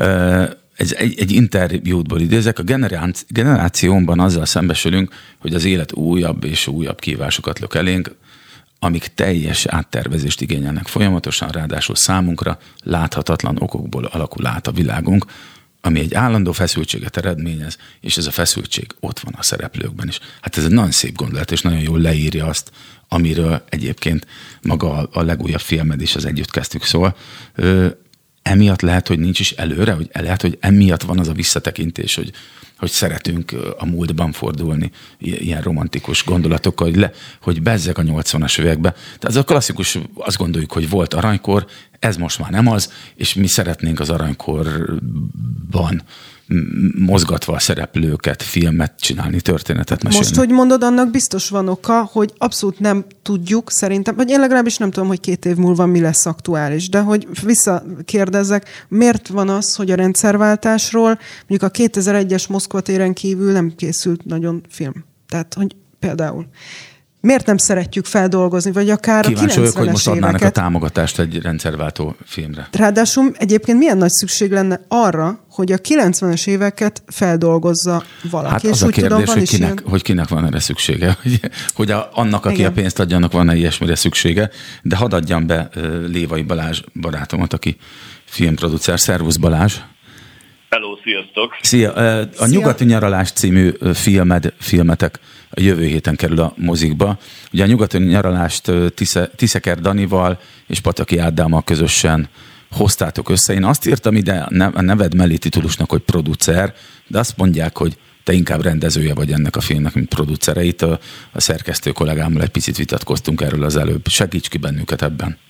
Egy interjútból idézek, a generációmban azzal szembesülünk, hogy az élet újabb és újabb kihívásokat lök elénk, amik teljes áttervezést igényelnek folyamatosan, ráadásul számunkra láthatatlan okokból alakul át a világunk, ami egy állandó feszültséget eredményez, és ez a feszültség ott van a szereplőkben is. Hát ez egy nagyon szép gondolat, és nagyon jól leírja azt, amiről egyébként maga a legújabb filmed is, az Együtt kezdtük szól. Emiatt lehet, hogy nincs is előre, hogy lehet, hogy emiatt van az a visszatekintés, hogy szeretünk a múltban fordulni ilyen romantikus gondolatokkal, hogy bezzeg a 80-as években. Tehát az a klasszikus, azt gondoljuk, hogy volt aranykor, Ez most már nem az, és mi szeretnénk az aranykorban mozgatva a szereplőket, filmet csinálni, történetet mesélni. Most, hogy mondod, annak biztos van oka, hogy abszolút nem tudjuk szerintem, vagy én legalábbis nem tudom, hogy 2 év múlva mi lesz aktuális, de hogy visszakérdezzek, miért van az, hogy a rendszerváltásról mondjuk a 2001-es Moszkva téren kívül nem készült nagyon film? Tehát, hogy például miért nem szeretjük feldolgozni, vagy akár kíváncsi a 90-es vagyok, hogy most adnának éveket. a támogatást egy rendszerváltó filmre. Ráadásul egyébként milyen nagy szükség lenne arra, hogy a 90-es éveket feldolgozza valaki. Hát és az a úgy kérdés, tudom, hogy kinek van erre szüksége. Hogy annak, aki Igen. a pénzt adja, annak van-e ilyesmire szüksége. De hadd adjam be Lévai Balázs barátomat, aki filmproducer. Szervusz Balázs! Hello, sziasztok! Szia! A Nyugati Nyaralás című filmetek a jövő héten kerül a mozikba. Ugye a Nyugati Nyaralást Tiszeker Danival és Pataki Ádámmal közösen hoztátok össze. Én azt írtam ide a neved mellé titulusnak, hogy producer, de azt mondják, hogy te inkább rendezője vagy ennek a filmnek, mint producere. Itt a szerkesztő kollégámmal egy picit vitatkoztunk erről az előbb. Segíts ki bennünket ebben.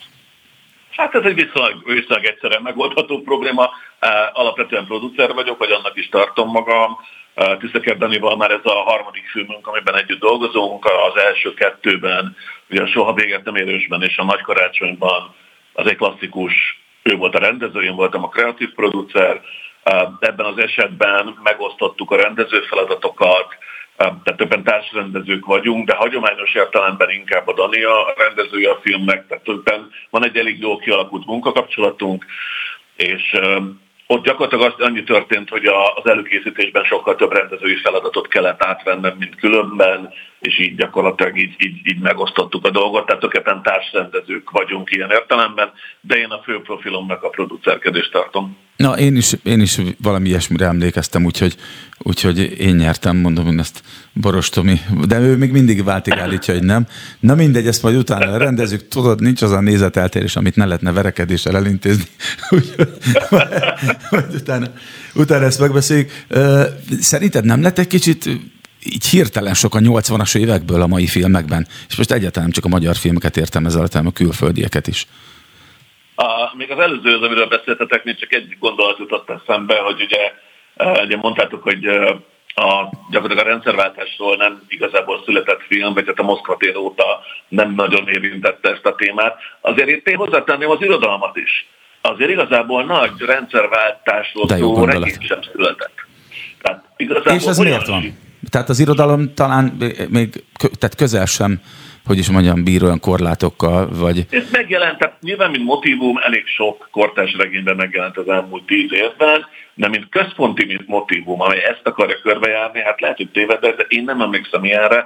Hát ez egy viszonylag egyszerűen megoldható probléma. Alapvetően producer vagyok, vagy annak is tartom magam. Tiszeker Danival már ez a 3. filmünk, amiben együtt dolgozunk. Az első 2-ben, ugye a Soha véget nem érősben és a Nagy karácsonyban az egy klasszikus, ő volt a rendező, én voltam a kreatív producer. Ebben az esetben megosztottuk a rendező feladatokat, tehát többen társrendezők vagyunk, de hagyományos értelemben inkább a Dani a rendezője a filmnek, tehát többen van egy elég jól kialakult munkakapcsolatunk, és ott gyakorlatilag annyi történt, hogy az előkészítésben sokkal több rendezői feladatot kellett átvennem, mint különben, és így gyakorlatilag így megosztottuk a dolgot, tehát töképpen társrendezők vagyunk ilyen értelemben, de én a fő profilomnak a producerkedést tartom. Na, én is valami ilyesmire emlékeztem, úgyhogy én nyertem, mondom én ezt Boros Tomi, de ő még mindig váltig állítja, hogy nem. Na mindegy, ezt majd utána rendezzük, tudod, nincs az a nézeteltérés, amit ne lehetne verekedéssel elintézni, úgyhogy utána ezt megbeszéljük. Szerinted nem lett egy kicsit így hirtelen sok a 80-as évekből a mai filmekben, és most egyáltalán nem csak a magyar filmeket értem ezzel, hanem a külföldieket is. Még az előző, amiről beszéltetek, még csak egy gondolat jutott eszembe, hogy ugye mondtátok, hogy gyakorlatilag a rendszerváltásról nem igazából született film, vagy hát a Moszkva tér óta nem nagyon érintette ezt a témát. Azért itt én hozzátenném az irodalmat is. Azért igazából nagy rendszerváltásról szóló regény sem született. Tehát igazából és ez miért van? Tehát az irodalom talán még tehát közel sem, hogy is mondjam, bír olyan korlátokkal, vagy... Ez megjelent, tehát nyilván, mint motívum elég sok kortárs regényben megjelent az elmúlt 10 évben, de mint központi motívum, amely ezt akarja körbejárni, hát lehet, hogy tévedek, de én nem emlékszem ilyenre.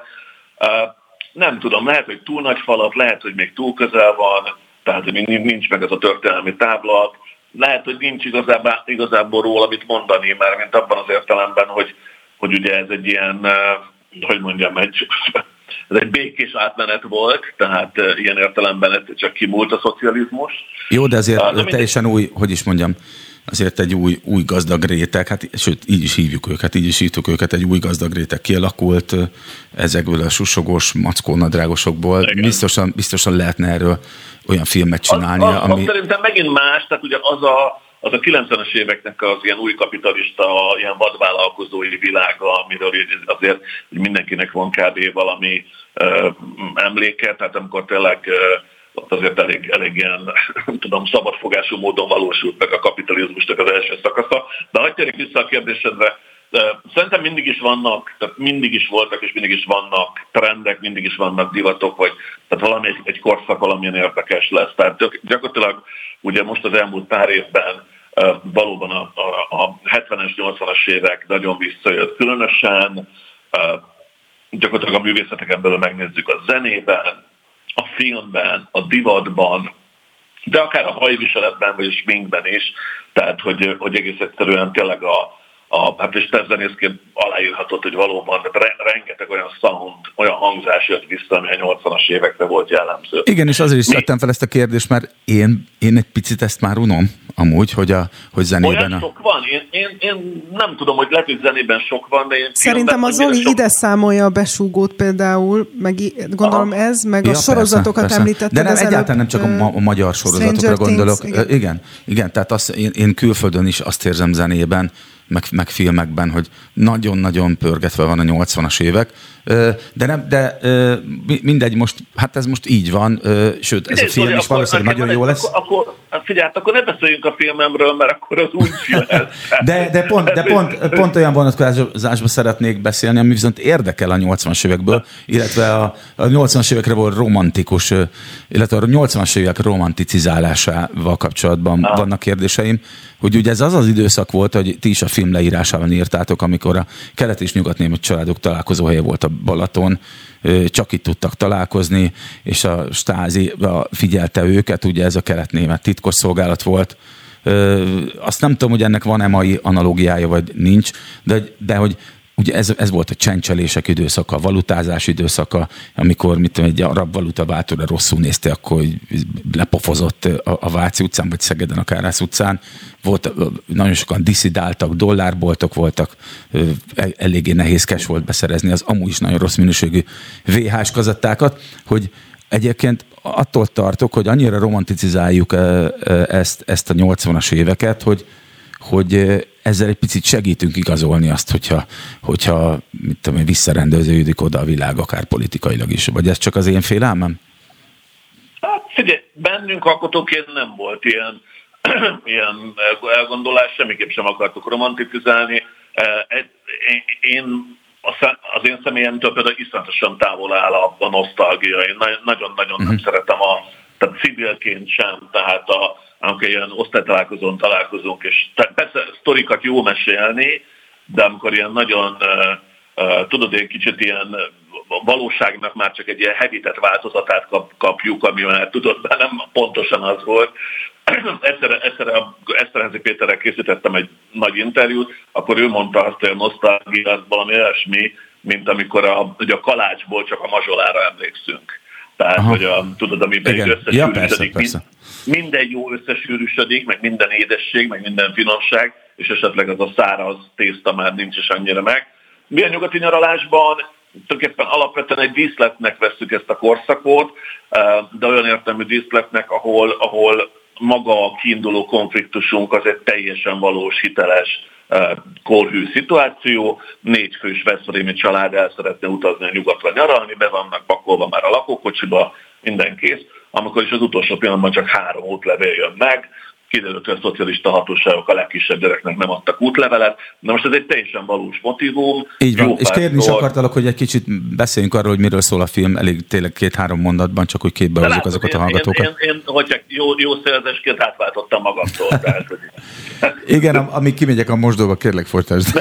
Nem tudom, lehet, hogy túl nagy falat, lehet, hogy még túl közel van, tehát, hogy nincs meg ez a történelmi táblat, lehet, hogy nincs igazából róla mit mondani, már mint abban az értelemben, hogy ugye ez egy ilyen, hogy mondjam, ez egy békés átmenet volt, tehát ilyen értelemben csak kimúlt a szocializmus. Jó, de azért teljesen új, hogy is mondjam, azért egy új gazdag réteg, hát sőt, így is hívjuk őket, egy új gazdag réteg kialakult ezekből a susogós, mackónadrágosokból. Biztosan lehetne erről olyan filmet csinálni, ami... Szerintem megint más, tehát ugye az a 90-es éveknek az ilyen új kapitalista, ilyen vadvállalkozói világa, amiről azért mindenkinek van kb. Valami emléke, tehát amikor tényleg ott azért elég ilyen, nem tudom, szabadfogású módon valósult meg a kapitalizmusnak az első szakasza. De hagyj térjek vissza a kérdésedre. Szerintem mindig is vannak, tehát mindig is voltak és mindig is vannak trendek, mindig is vannak divatok, vagy tehát valami egy korszak valamilyen érdekes lesz. Tehát gyakorlatilag ugye most az elmúlt pár évben valóban a 70-es, 80-as évek nagyon visszajött. Különösen gyakorlatilag a művészeteken belül megnézzük a zenében, a filmben, a divatban, de akár a hajviseletben vagy a sminkben is. Tehát, hogy egész egyszerűen tényleg hát és zenészként aláírhatott, hogy valóban rengeteg olyan sound, olyan hangzás jött vissza, ami a 80-as évekre volt jellemző. Igen, és azért is tettem fel ezt a kérdést, mert én egy picit ezt már unom, amúgy, hogy zenében... Olyan sok van? Én nem tudom, hogy lehet, hogy zenében sok van, de én... Szerintem a Zoli ide számolja a besúgót például, meg gondolom ez, meg a sorozatokat persze. Említetted. De nem, egyáltalán nem csak a magyar sorozatokra gondolok. Igen, tehát én külföldön is azt érzem zenében, meg filmekben, hogy nagyon-nagyon pörgetve van a 80-as évek, de mindegy, most, hát ez most így van, sőt, ez a film is valószínűleg nagyon jó lesz. Akkor ne beszéljünk a filmemről, mert akkor az úgy lesz. De pont olyan vonatkozásban szeretnék beszélni, ami viszont érdekel a 80-as évekből, illetve a 80-as évekre volt romantikus, illetve a 80-as évek romanticizálásával kapcsolatban vannak kérdéseim, hogy ugye ez az időszak volt, hogy ti is a film leírásában írtátok, amikor a kelet- és nyugatnémet családok találkozóhelye volt a Balaton, csak itt tudtak találkozni, és a Stázi figyelte őket, ugye ez a kelet-német titkosszolgálat volt. Azt nem tudom, hogy ennek van-e mai analógiája, vagy nincs, de hogy ugye ez volt a csendcselések időszaka, a valutázás időszaka, amikor egy arab valutaváltóra rosszul nézte, akkor lepofozott a Váci utcán, vagy Szegeden a Kárász utcán. Nagyon sokan diszidáltak, dollárboltok voltak, eléggé nehéz cash volt beszerezni az amúgy is nagyon rossz minőségű VHS kazettákat, hogy egyébként attól tartok, hogy annyira romanticizáljuk ezt a 80-as éveket, hogy ezzel egy picit segítünk igazolni azt, hogyha mit tudom én, visszarendeződik oda a világ, akár politikailag is. Vagy ez csak az én félelmem? Hát figyelj, bennünk alkotóként nem volt ilyen elgondolás, semmiképp sem akartuk romanticizálni. Az én személyemtől például iszonyatosan távol áll a nosztalgia. Én nagyon-nagyon nem szeretem tehát civilként sem, tehát amikor ilyen osztálytalálkozón találkozunk, és persze sztorikat jó mesélni, de amikor ilyen nagyon, tudod, egy kicsit ilyen valóságnak már csak egy ilyen hevített változatát kapjuk, ami már tudod, de nem pontosan az volt. Eszterházy Péterrel készítettem egy nagy interjút, akkor ő mondta azt, hogy a nosztalgia valami olyasmi, mint amikor ugye a kalácsból csak a mazsolára emlékszünk. Tehát, hogy tudod, amiben összesűrűsödik. Persze. Minden jó összesűrűsödik, meg minden édesség, meg minden finomság, és esetleg az a száraz tészta már nincs is annyira meg. Mi a nyugati nyaralásban tulajdonképpen alapvetően egy díszletnek vesszük ezt a korszakot, de olyan értelmű díszletnek, ahol maga a kiinduló konfliktusunk az egy teljesen valós, hiteles, korhű szituáció. 4 fős veszprémi család el szeretne utazni a nyugatra nyaralni, be vannak pakolva már a lakókocsiba, minden kész, amikor is az utolsó pillanatban csak 3 útlevél jön meg, kiderült, hogy a szocialista hatóságok a legkisebb gyereknek nem adtak útlevelet. Na most ez egy teljesen valós motívum. Így van, és kérni is akartalak, hogy egy kicsit beszéljünk arról, hogy miről szól a film, elég tényleg 2-3 mondatban, csak hogy képbe hozzuk azokat a hallgatókat. Én hogyha jó szerzesként átváltottam magamtól. Tehát, igen, amíg kimegyek a mosdóba, kérlek folytasd.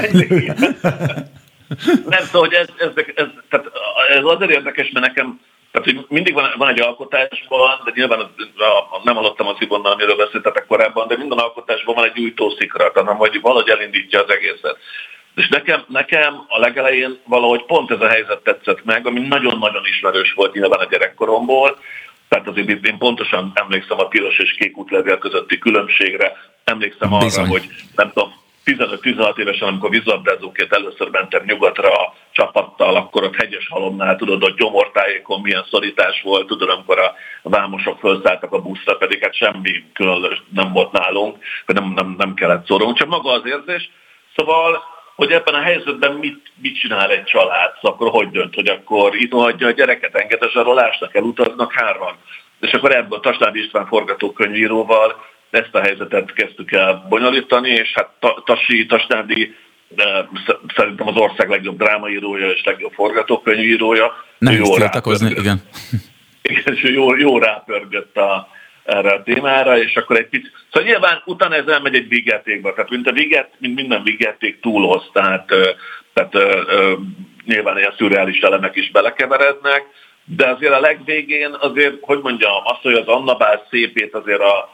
Nem, szóval, hogy ez azért érdekes, mert nekem tehát, hogy mindig van egy alkotásban, de nyilván nem hallottam az Ivonnal, amiről beszéltetek korábban, de minden alkotásban van egy gyújtószikra, hanem hogy valahogy elindítja az egészet. És nekem a legelején valahogy pont ez a helyzet tetszett meg, ami nagyon-nagyon ismerős volt nyilván a gyerekkoromból. Tehát azért én pontosan emlékszem a piros és kék útlevél közötti különbségre, emlékszem arra, hogy nem tudom, 15-16 évesen, amikor vízlabdázóként először mentem nyugatra a csapattal, akkor ott Hegyeshalomnál, tudod, hogy gyomortájékon milyen szorítás volt, tudod, amikor a vámosok felszálltak a buszra, pedig hát semmi különös nem volt nálunk, vagy nem kellett szorulnunk, csak maga az érzés. Szóval, hogy ebben a helyzetben mit csinál egy család, szóval akkor hogy dönt, hogy akkor itt hagyja a gyereket, enged a zsarolásnak, elutaznak 3. És akkor ebből Tasnádi István forgatókönyvíróval ezt a helyzetet kezdtük el bonyolítani, és hát Tasnádi szerintem az ország legjobb drámaírója és legjobb forgatókönyvírója. Nehéz tiltakozni, igen. És jó rápörgött erre a témára, és akkor egy picit... Szóval nyilván utána ez elmegy egy vígjátékba, tehát mint minden vígjáték túlhoz, tehát nyilván ilyen szürreális elemek is belekeverednek, de azért a legvégén azért, hogy mondjam, azt, hogy az Annabál szépét azért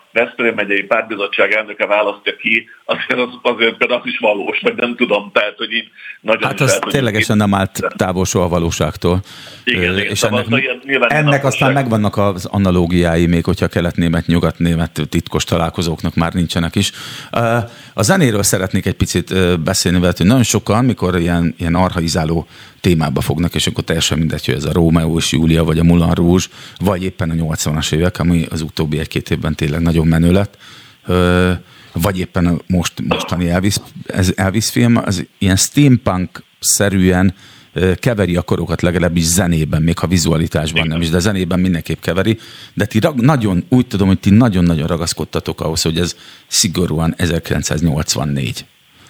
Veszprém megyei pártbizottság elnöke választja ki, azért például az is valós, vagy nem tudom, tehát, hogy így nagyon hát az ténylegesen nem állt távol soha a valóságtól. Igen, és ennek aztán megvannak az analógiái, még hogyha kelet-német, nyugat-német titkos találkozóknak már nincsenek is. A zenéről szeretnék egy picit beszélni veled, hogy nagyon sokan, mikor ilyen archaizáló témába fognak, és akkor teljesen mindegy, hogy ez a Rómeó és Júlia, vagy a Moulin Rouge, vagy éppen a 80-as évek, ami az utóbbi 1-2 évben tényleg nagyon menő lett, vagy éppen a mostani Elvis film, az ilyen steampunk-szerűen keveri a korokat, legalábbis zenében, még ha vizualitásban nem is, de zenében mindenképp keveri, de ti úgy tudom, hogy ti nagyon-nagyon ragaszkodtatok ahhoz, hogy ez szigorúan 1984.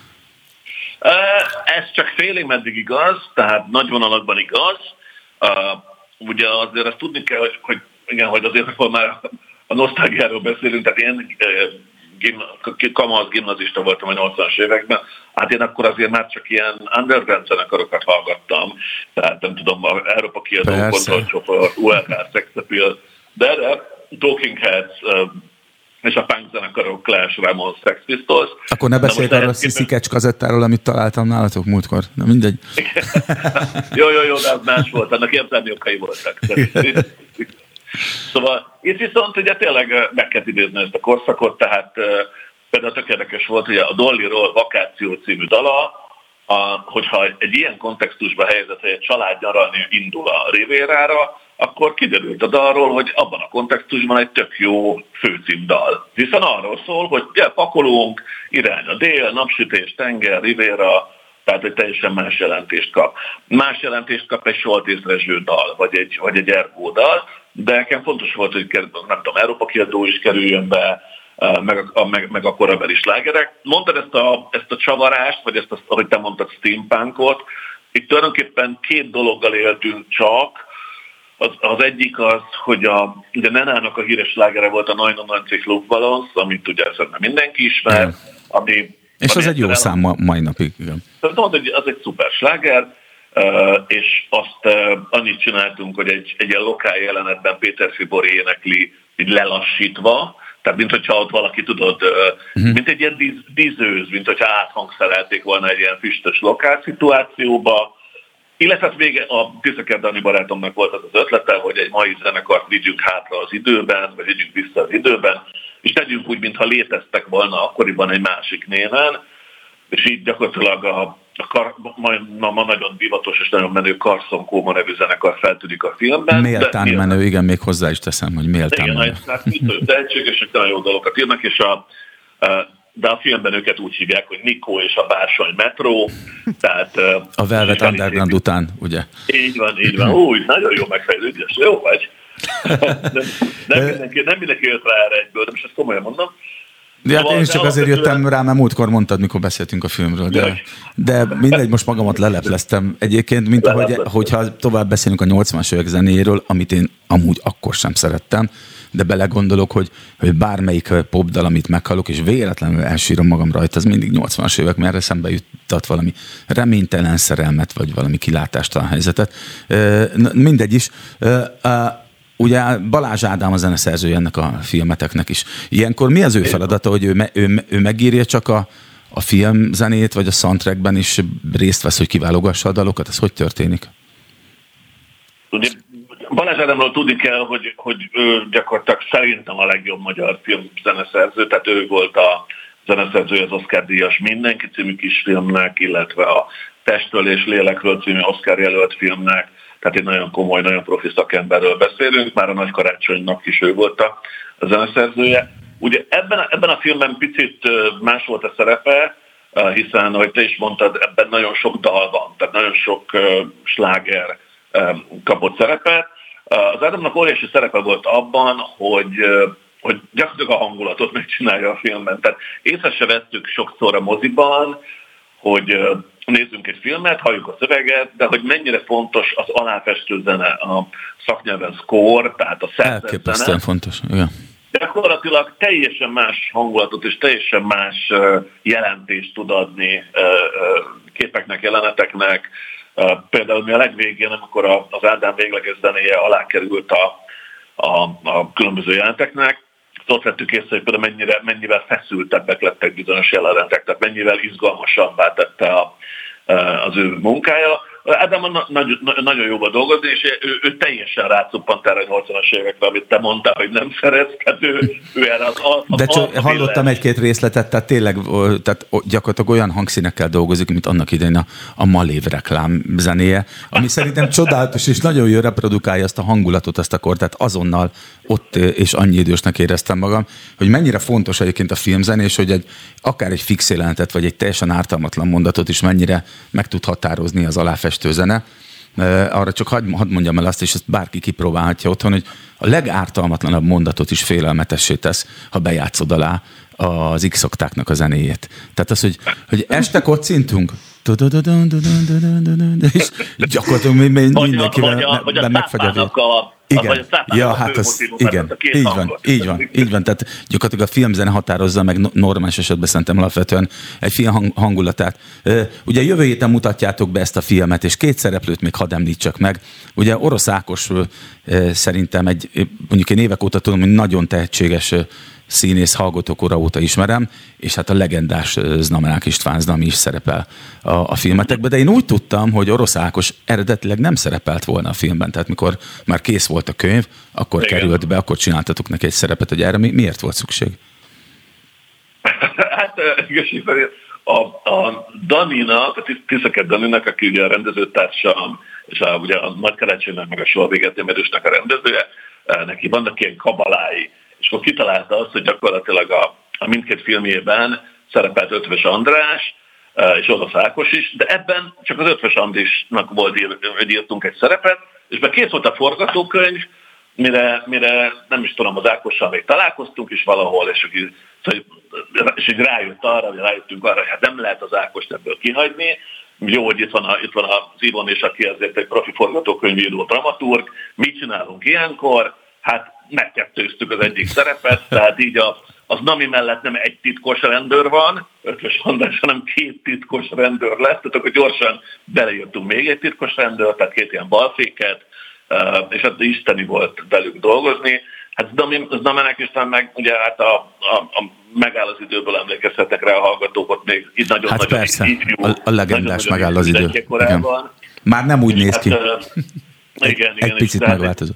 Ez csak félig meddig igaz, tehát nagy vonalakban igaz. Ugye azért azt tudni kell, hogy azért, akkor már a nosztalgiáról beszélünk, tehát én kamasz gimnazista voltam a 80-as években, hát én akkor azért már csak ilyen underground zenekarokat hallgattam, tehát nem tudom, Európa Kiadó, Kontrollcsoport, ULK, Sex Appeal, de Talking Heads, és a punk zenekarok, Clash, Ramones, Sex Pistols. Akkor ne beszélj arról a Sziszikecs kazettáról, amit találtam nálatok múltkor. Na mindegy. Jó, de az más volt, annak értelmi okai voltak. Szóval itt viszont ugye tényleg meg kell idézni ezt a korszakot, tehát például tök érdekes volt, hogy a Dollyról Vakáció című dala, hogyha egy ilyen kontextusban helyezett, hogy egy család nyaralni indul a Rivérára, akkor kiderült a dalról, hogy abban a kontextusban egy tök jó főcímdal. Hiszen arról szól, hogy pakolunk, irány a dél, napsütés, tenger, Rivéra, tehát egy teljesen más jelentést kap. Más jelentést kap egy Soltész Rezső dal, vagy egy Ergó dal, de nekem fontos volt, hogy nem tudom, Európa Kiadó is kerüljön be, meg a korabeli slágerek. Mondtad ezt a csavarást, vagy ezt, ahogy te mondtad, steampunkot. Itt tulajdonképpen 2 dologgal éltünk csak. Az egyik az, hogy ugye Nenának a híres slágere volt a 99 Luftballons, amit ugye szerintem mindenki ismer, és az egy jó szám mai napig, igen. Az egy szuper sláger, és azt annyit csináltunk, hogy egy ilyen lokál jelenetben Péter Fibori énekli így lelassítva, tehát mint hogyha ott valaki tudod, mint egy ilyen dízőz, mint hogyha áthangszerelték volna egy ilyen füstös lokál szituációba, illetve a Tiszeker Dani barátomnak volt az ötlete, hogy egy mai zenekart vigyünk hátra az időben, vagy vigyünk vissza az időben, és tegyünk úgy, mintha léteztek volna akkoriban egy másik néven, és így gyakorlatilag ma nagyon divatos és nagyon menő Carson Kóma nevű zenekar feltűnik a filmben. Méltán menő, igen, még hozzá is teszem, hogy méltán menő. Igen, hát tehetségesek, nagyon jó dolgokat írnak, és de a filmben őket úgy hívják, hogy Nikó és a Bársony metró. Tehát, a Velvet Underground után, ugye? Így van. Úgy, nagyon jó megfejlődés, jó vagy. Nem mindenki jött rá erre egyből, de most ezt komolyan mondom. De hát én is csak azért jöttem rá, mert múltkor mondtad, mikor beszéltünk a filmről. De mindegy, most magamat lelepleztem egyébként, mint hogyha tovább beszélünk a 80-as évek zenéjéről, amit én amúgy akkor sem szerettem, de belegondolok, hogy bármelyik popdal, amit meghallok, és véletlenül elsírom magam rajta, az mindig 80-as évek, mert eszembe juttat valami reménytelen szerelmet, vagy valami kilátástalan helyzetet. Mindegy is. Ugye Balázs Ádám a zeneszerzője ennek a filmeteknek is. Ilyenkor mi az ő feladata, hogy ő megírja csak a filmzenét, vagy a soundtrackben is részt vesz, hogy kiválogassa a dalokat? Ez hogy történik? Ugye Balázs Ádámról tudni kell, hogy ő gyakorlatilag szerintem a legjobb magyar filmzeneszerző, tehát ő volt a zeneszerzője az Oscar-díjas Mindenki című kisfilmnek, illetve a Testről és Lélekről című Oscar jelölt filmnek. Tehát egy nagyon komoly, nagyon profi szakemberről beszélünk, már a Nagy Karácsonynak is ő volt a zeneszerzője. Ugye ebben a filmben picit más volt a szerepe, hiszen, ahogy te is mondtad, ebben nagyon sok dal van, tehát nagyon sok sláger kapott szerepet. Az Ádámnak óriási szerepe volt abban, hogy gyakorlatilag a hangulatot megcsinálja a filmben. Tehát észre se vettük sokszor a moziban, hogy nézzünk egy filmet, halljuk a szöveget, de hogy mennyire fontos az aláfestő zene, a szaknyelven score, tehát a szerzett zene. Elképesztően fontos, igen. Gyakorlatilag teljesen más hangulatot és teljesen más jelentést tud adni képeknek, jeleneteknek. Például mi a legvégén, amikor az Ádám végleges zenéje alá került a különböző jelenteknek, ott vettük észre, hogy például mennyivel feszültebbek lettek bizonyos jelenetek, tehát mennyivel izgalmasabbá tette az ő munkája. Ádám nagyon jó volt dolgozni, és ő teljesen rácuppant erre a 80-as évekre, amit te mondtál, hogy nem szeretsz, tehát ő erre az de csak hallottam egy-két részletet, tehát tényleg tehát gyakorlatilag olyan hangszínekkel dolgozik, mint annak idején a Malév reklám zenéje, ami szerintem csodálatos, és nagyon jól reprodukálja azt a hangulatot, azt a kort, tehát azonnal ott és annyi idősnek éreztem magam, hogy mennyire fontos egyébként a filmzenés, hogy akár egy fix jelenetet, vagy egy teljesen ártalmatlan mondatot is mennyire meg tud határozni az aláfestő zene. Arra csak hadd mondjam el azt, és ezt bárki kipróbálhatja otthon, hogy a legártalmatlanabb mondatot is félelmetessé tesz, ha bejátszod alá az X-oktáknak a zenéjét. Tehát az, hogy este kocintunk, és gyakorlatilag mindenkivel megfagyad. Igen, ja, hát az, igen, így van, tehát gyakorlatilag a filmzene határozza meg normális esetben szerintem alapvetően egy film hangulatát. Ugye jövő héten mutatjátok be ezt a filmet, és 2 szereplőt még hadd említsek meg. Ugye Orosz Ákos szerintem mondjuk én évek óta tudom, hogy nagyon tehetséges színész, hallgatókora óta ismerem, és hát a legendás Znamenák István Znami is szerepel a filmetekben, de én úgy tudtam, hogy Orosz Ákos eredetileg nem szerepelt volna a filmben, tehát mikor már kész volt a könyv, akkor igen, került be, akkor csináltatok neki egy szerepet, hogy erre miért volt szükség? Hát igazán a Daninak, a Tiszeket Daninak, aki ugye a rendezőtársam, és ugye a Nagy Kerecsének, meg a Soha véget nem erősnek a rendezője, neki vannak ilyen kabalái, és akkor kitalálta azt, hogy gyakorlatilag a mindkét filmjében szerepelt Ötvös András, és Orosz Ákos is, de ebben csak az Ötvös Andrásnak írtunk egy szerepet, és be kész volt a forgatókönyv, mire nem is tudom, az Ákossal még találkoztunk is valahol, és így rájöttünk arra, hogy hát nem lehet az Ákost ebből kihagyni. Jó, hogy itt van az Ivon, és aki azért egy profi forgatókönyvíró, dramaturg. Mit csinálunk ilyenkor? Hát megkettőztük az egyik szerepet, tehát így az Nami mellett nem egy titkos rendőr van, Ötvös András, hanem 2 titkos rendőr lett, tehát akkor gyorsan beleírtunk még egy titkos rendőr, tehát 2 ilyen balféket, és hát isteni volt velük dolgozni. Hát Znamenák István meg ugye hát a Megáll az időből emlékezhetnek rá a hallgatók, ott még itt nagyon-nagyon hát persze, ifjú, a legendás Megáll az idő. Már nem úgy néz ki. Igen, egy picit megváltozott.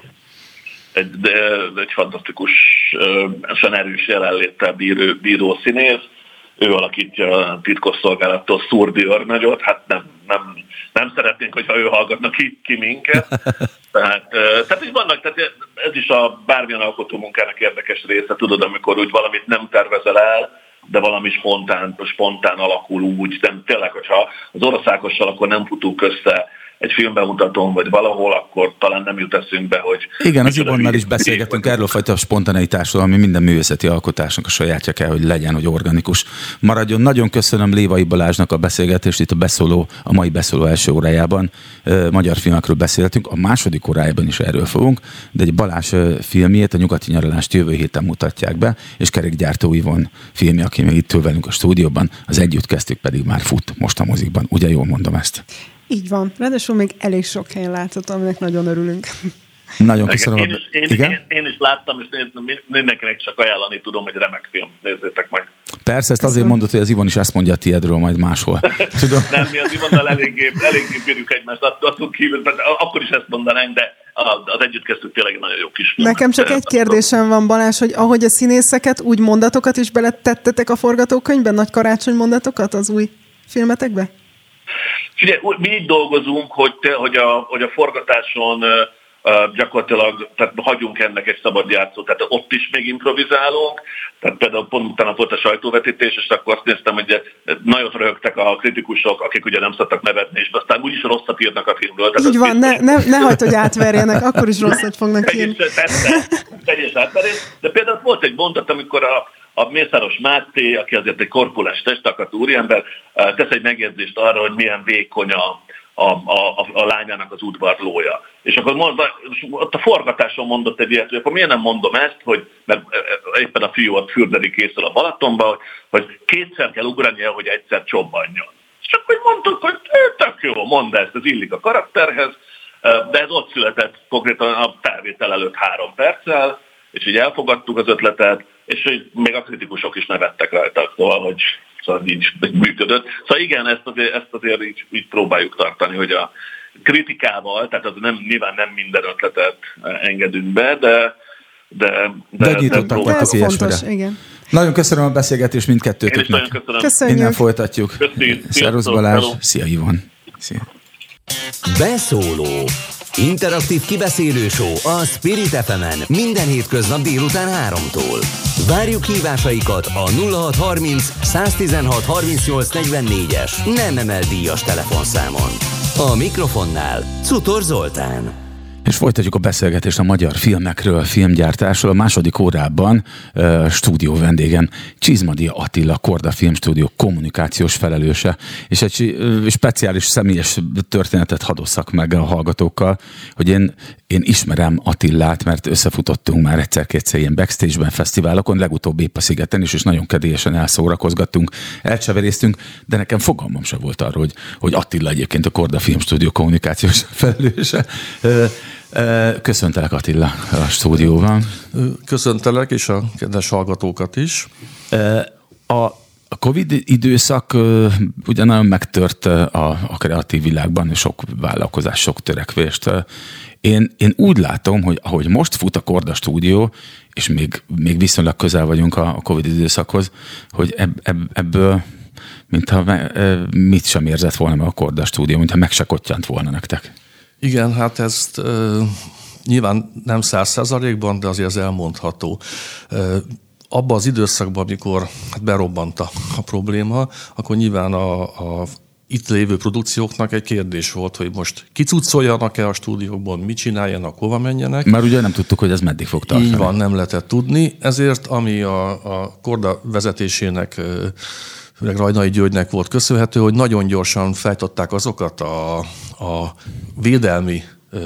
Egy fantasztikusan erős jelenléttel bíró színész. Ő alakítja a titkosszolgálattól Szurdi őrnagyot. Hát nem szeretnénk, hogyha ő hallgatna ki minket. Tehát így vannak, tehát ez is a bármilyen alkotó munkának érdekes része, tudod, amikor úgy valamit nem tervezel el, de valami spontán alakul úgy. De tényleg, hogyha az Orosz Ákossal akkor nem futunk össze egy filmbemutatón, vagy valahol, akkor talán nem jut eszünkbe, hogy... Igen, az Ivonnal is beszélgetünk erről a fajta spontaneitásról, ami minden művészeti alkotásnak a sajátja kell, hogy legyen, hogy organikus maradjon. Nagyon köszönöm Lévai Balázsnak a beszélgetést itt a mai beszóló első órájában. Magyar filmekről beszéltünk, a második órájában is erről fogunk, de egy Balázs filmjét, a Nyugati nyaralást jövő héten mutatják be, és Kerékgyártó Ivon filmje, aki még itt ül velünk a stúdióban, az Együtt kezdtük pedig már fut most a mozikban. Ugye jól mondom ezt? Így van. Ráadásul még elég sok helyen látható, aminek nagyon örülünk. Nagyon köszönöm. Én is láttam, és mindenkinek csak ajánlani tudom, hogy remek film. Nézzétek meg. Persze, ezt azért mondod, hogy az Ivon is ezt mondja a tiédről majd máshol. Tudom. Nem, mi az Ivonnal eléggé bírjuk egymást, attól kívül, akkor is ezt mondanánk, de az Együtt kezdtük tényleg nagyon jó kis film. Nekem csak egy kérdésem van, Balázs, hogy ahogy a színészeket, úgy mondatokat is beletettetek a forgatókönyvben, nagy karácsony mondatokat az új filmetekbe? Ugye, mi így dolgozunk, hogy a forgatáson gyakorlatilag tehát hagyunk ennek egy szabad játszót, tehát ott is még improvizálunk, tehát például pont utána volt a sajtóvetítés, és akkor azt néztem, hogy nagyot röhögtek a kritikusok, akik ugye nem szoktak nevetni, és aztán úgyis rosszat írnak a filmről. Így van, ne hagyd, hogy átverjenek, akkor is rosszat fognak írni. Teljes átverés, de például volt egy mondat, amikor a Mészáros Máté, aki azért egy korpulás testakatú úriember, tesz egy megjegyzést arra, hogy milyen vékony a lányának az udvarlója. És akkor ott a forgatáson mondott egy ilyet, hogy akkor miért nem mondom ezt, hogy, mert éppen a fiú ott fürdeni készül a Balatonba, hogy 2-szer kell ugrania, hogy egyszer csobbanjon. És akkor mondtuk, hogy tök jó, mondd ezt, ez illik a karakterhez, de ez ott született konkrétan a felvétel előtt 3 perccel, és így elfogadtuk az ötletet, és még a kritikusok is nevettek rajta, szóval így működött. Szóval igen, ezt azért így próbáljuk tartani, hogy a kritikával, tehát az nyilván nem minden ötletet engedünk be, de nyitottak vagytok ilyesmire. Igen. Nagyon köszönöm a beszélgetést mindkettőtöknek. Köszönjük. Innen folytatjuk. Szervusz Balázs. Szia Ivon. Szia. Beszóló. Interaktív kibeszélő show a Spirit FM-en minden hétköznap délután 3-tól. Várjuk hívásaikat a 0630 116 38 44-es nem emelt díjas telefonszámon. A mikrofonnál Cutor Zoltán. És folytatjuk a beszélgetést a magyar filmekről, filmgyártásról. A második órában stúdió vendégem Csizmadia Attila, Korda Filmstúdió kommunikációs felelőse, és egy speciális személyes történetet hadosszak meg a hallgatókkal, hogy én ismerem Attilát, mert összefutottunk már egyszer-kétszer ilyen backstage-ben, fesztiválokon, legutóbb épp a Szigeten is, és nagyon kedélyesen elszórakozgattunk, elcseveréztünk, de nekem fogalmam sem volt arról, hogy Attila egyébként a Korda Filmstúdió kommunikációs felelőse. Köszöntelek Attila a stúdióban. Köszöntelek, és a kedves hallgatókat is. A Covid időszak ugye nagyon megtört a kreatív világban, sok vállalkozás, sok törekvést. Én úgy látom, hogy ahogy most fut a Korda stúdió, és még viszonylag közel vagyunk a Covid időszakhoz, hogy ebből mintha mit sem érzett volna meg a Korda stúdió, mintha meg se kottyant volna nektek. Igen, hát ezt nyilván nem 100%-ban, de azért ez elmondható. Abban az időszakban, amikor berobbant a probléma, akkor nyilván a itt lévő produkcióknak egy kérdés volt, hogy most kicucoljanak-e a stúdiókban, mit csináljanak, hova menjenek. Már ugye nem tudtuk, hogy ez meddig fog tartani. Így van, nem lehetett tudni. Ezért, ami a Korda vezetésének, főleg Rajnai Györgynek volt köszönhető, hogy nagyon gyorsan fejtották azokat a védelmi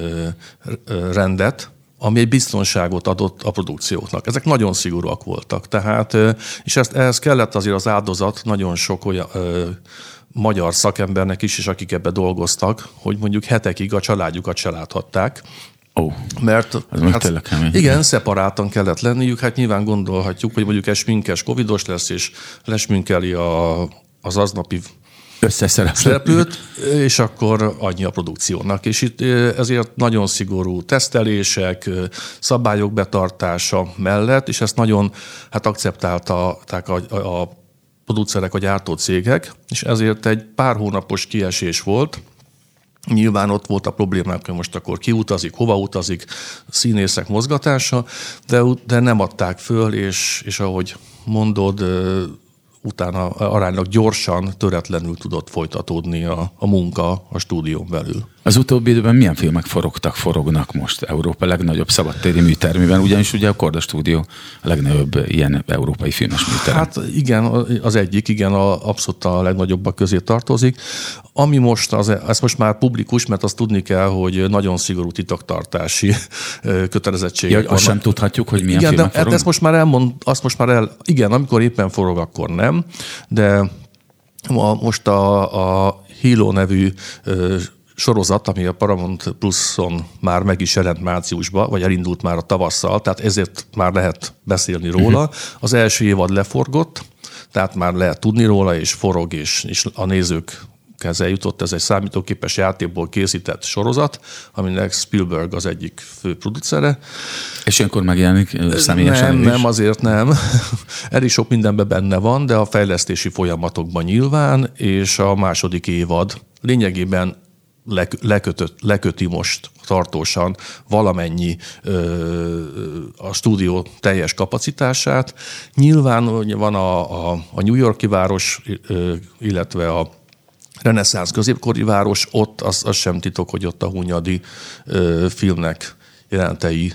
rendet, ami egy biztonságot adott a produkcióknak. Ezek nagyon szigorúak voltak. Tehát, és ehhez kellett azért az áldozat nagyon sok olyan magyar szakembernek is, és akik ebbe dolgoztak, hogy mondjuk hetekig a családjukat se láthatták. Mert igen, szeparáltan kellett lenniük. Hát nyilván gondolhatjuk, hogy mondjuk egy sminkes covidos lesz, és lesminkeli az aznapi szereplőt, és akkor annyi a produkciónak. És itt ezért nagyon szigorú tesztelések, szabályok betartása mellett, és ezt nagyon akceptálták a producerek, a gyártócégek, és ezért egy pár hónapos kiesés volt. Nyilván ott volt a problémák, hogy most akkor ki utazik, hova utazik, színészek mozgatása, de nem adták föl, és ahogy mondod, utána aránylag gyorsan, töretlenül tudott folytatódni a munka a stúdión belül. Az utóbbi időben milyen filmek forognak most Európa legnagyobb szabadtéri műtermében, ugyanis ugye a Korda stúdió a legnagyobb ilyen európai filmes műterem. Hát igen, az egyik, igen, abszolút a legnagyobbak közé tartozik. Ami most, ez most már publikus, mert azt tudni kell, hogy nagyon szigorú titoktartási kötelezettségek vannak. Azt sem tudhatjuk, hogy milyen filmek forognak? Ezt most már igen, amikor éppen forog, akkor nem, de most a Hilo nevű sorozat, ami a Paramount Pluson már meg is jelent márciusban, vagy elindult már a tavasszal, tehát ezért már lehet beszélni róla. Az első évad leforgott, tehát már lehet tudni róla, és forog, és a nézők kezel jutott. Ez egy számítógépes játékból készített sorozat, aminek Spielberg az egyik fő producere. És ilyenkor megjelenik személyesen? Nem, azért nem. Elég sok mindenben benne van, de a fejlesztési folyamatokban nyilván, és a második évad lényegében leköti most tartósan valamennyi a stúdió teljes kapacitását. Nyilván van a New York-i város, illetve a reneszánsz középkori város, ott az sem titok, hogy ott a Hunyadi filmnek jelentei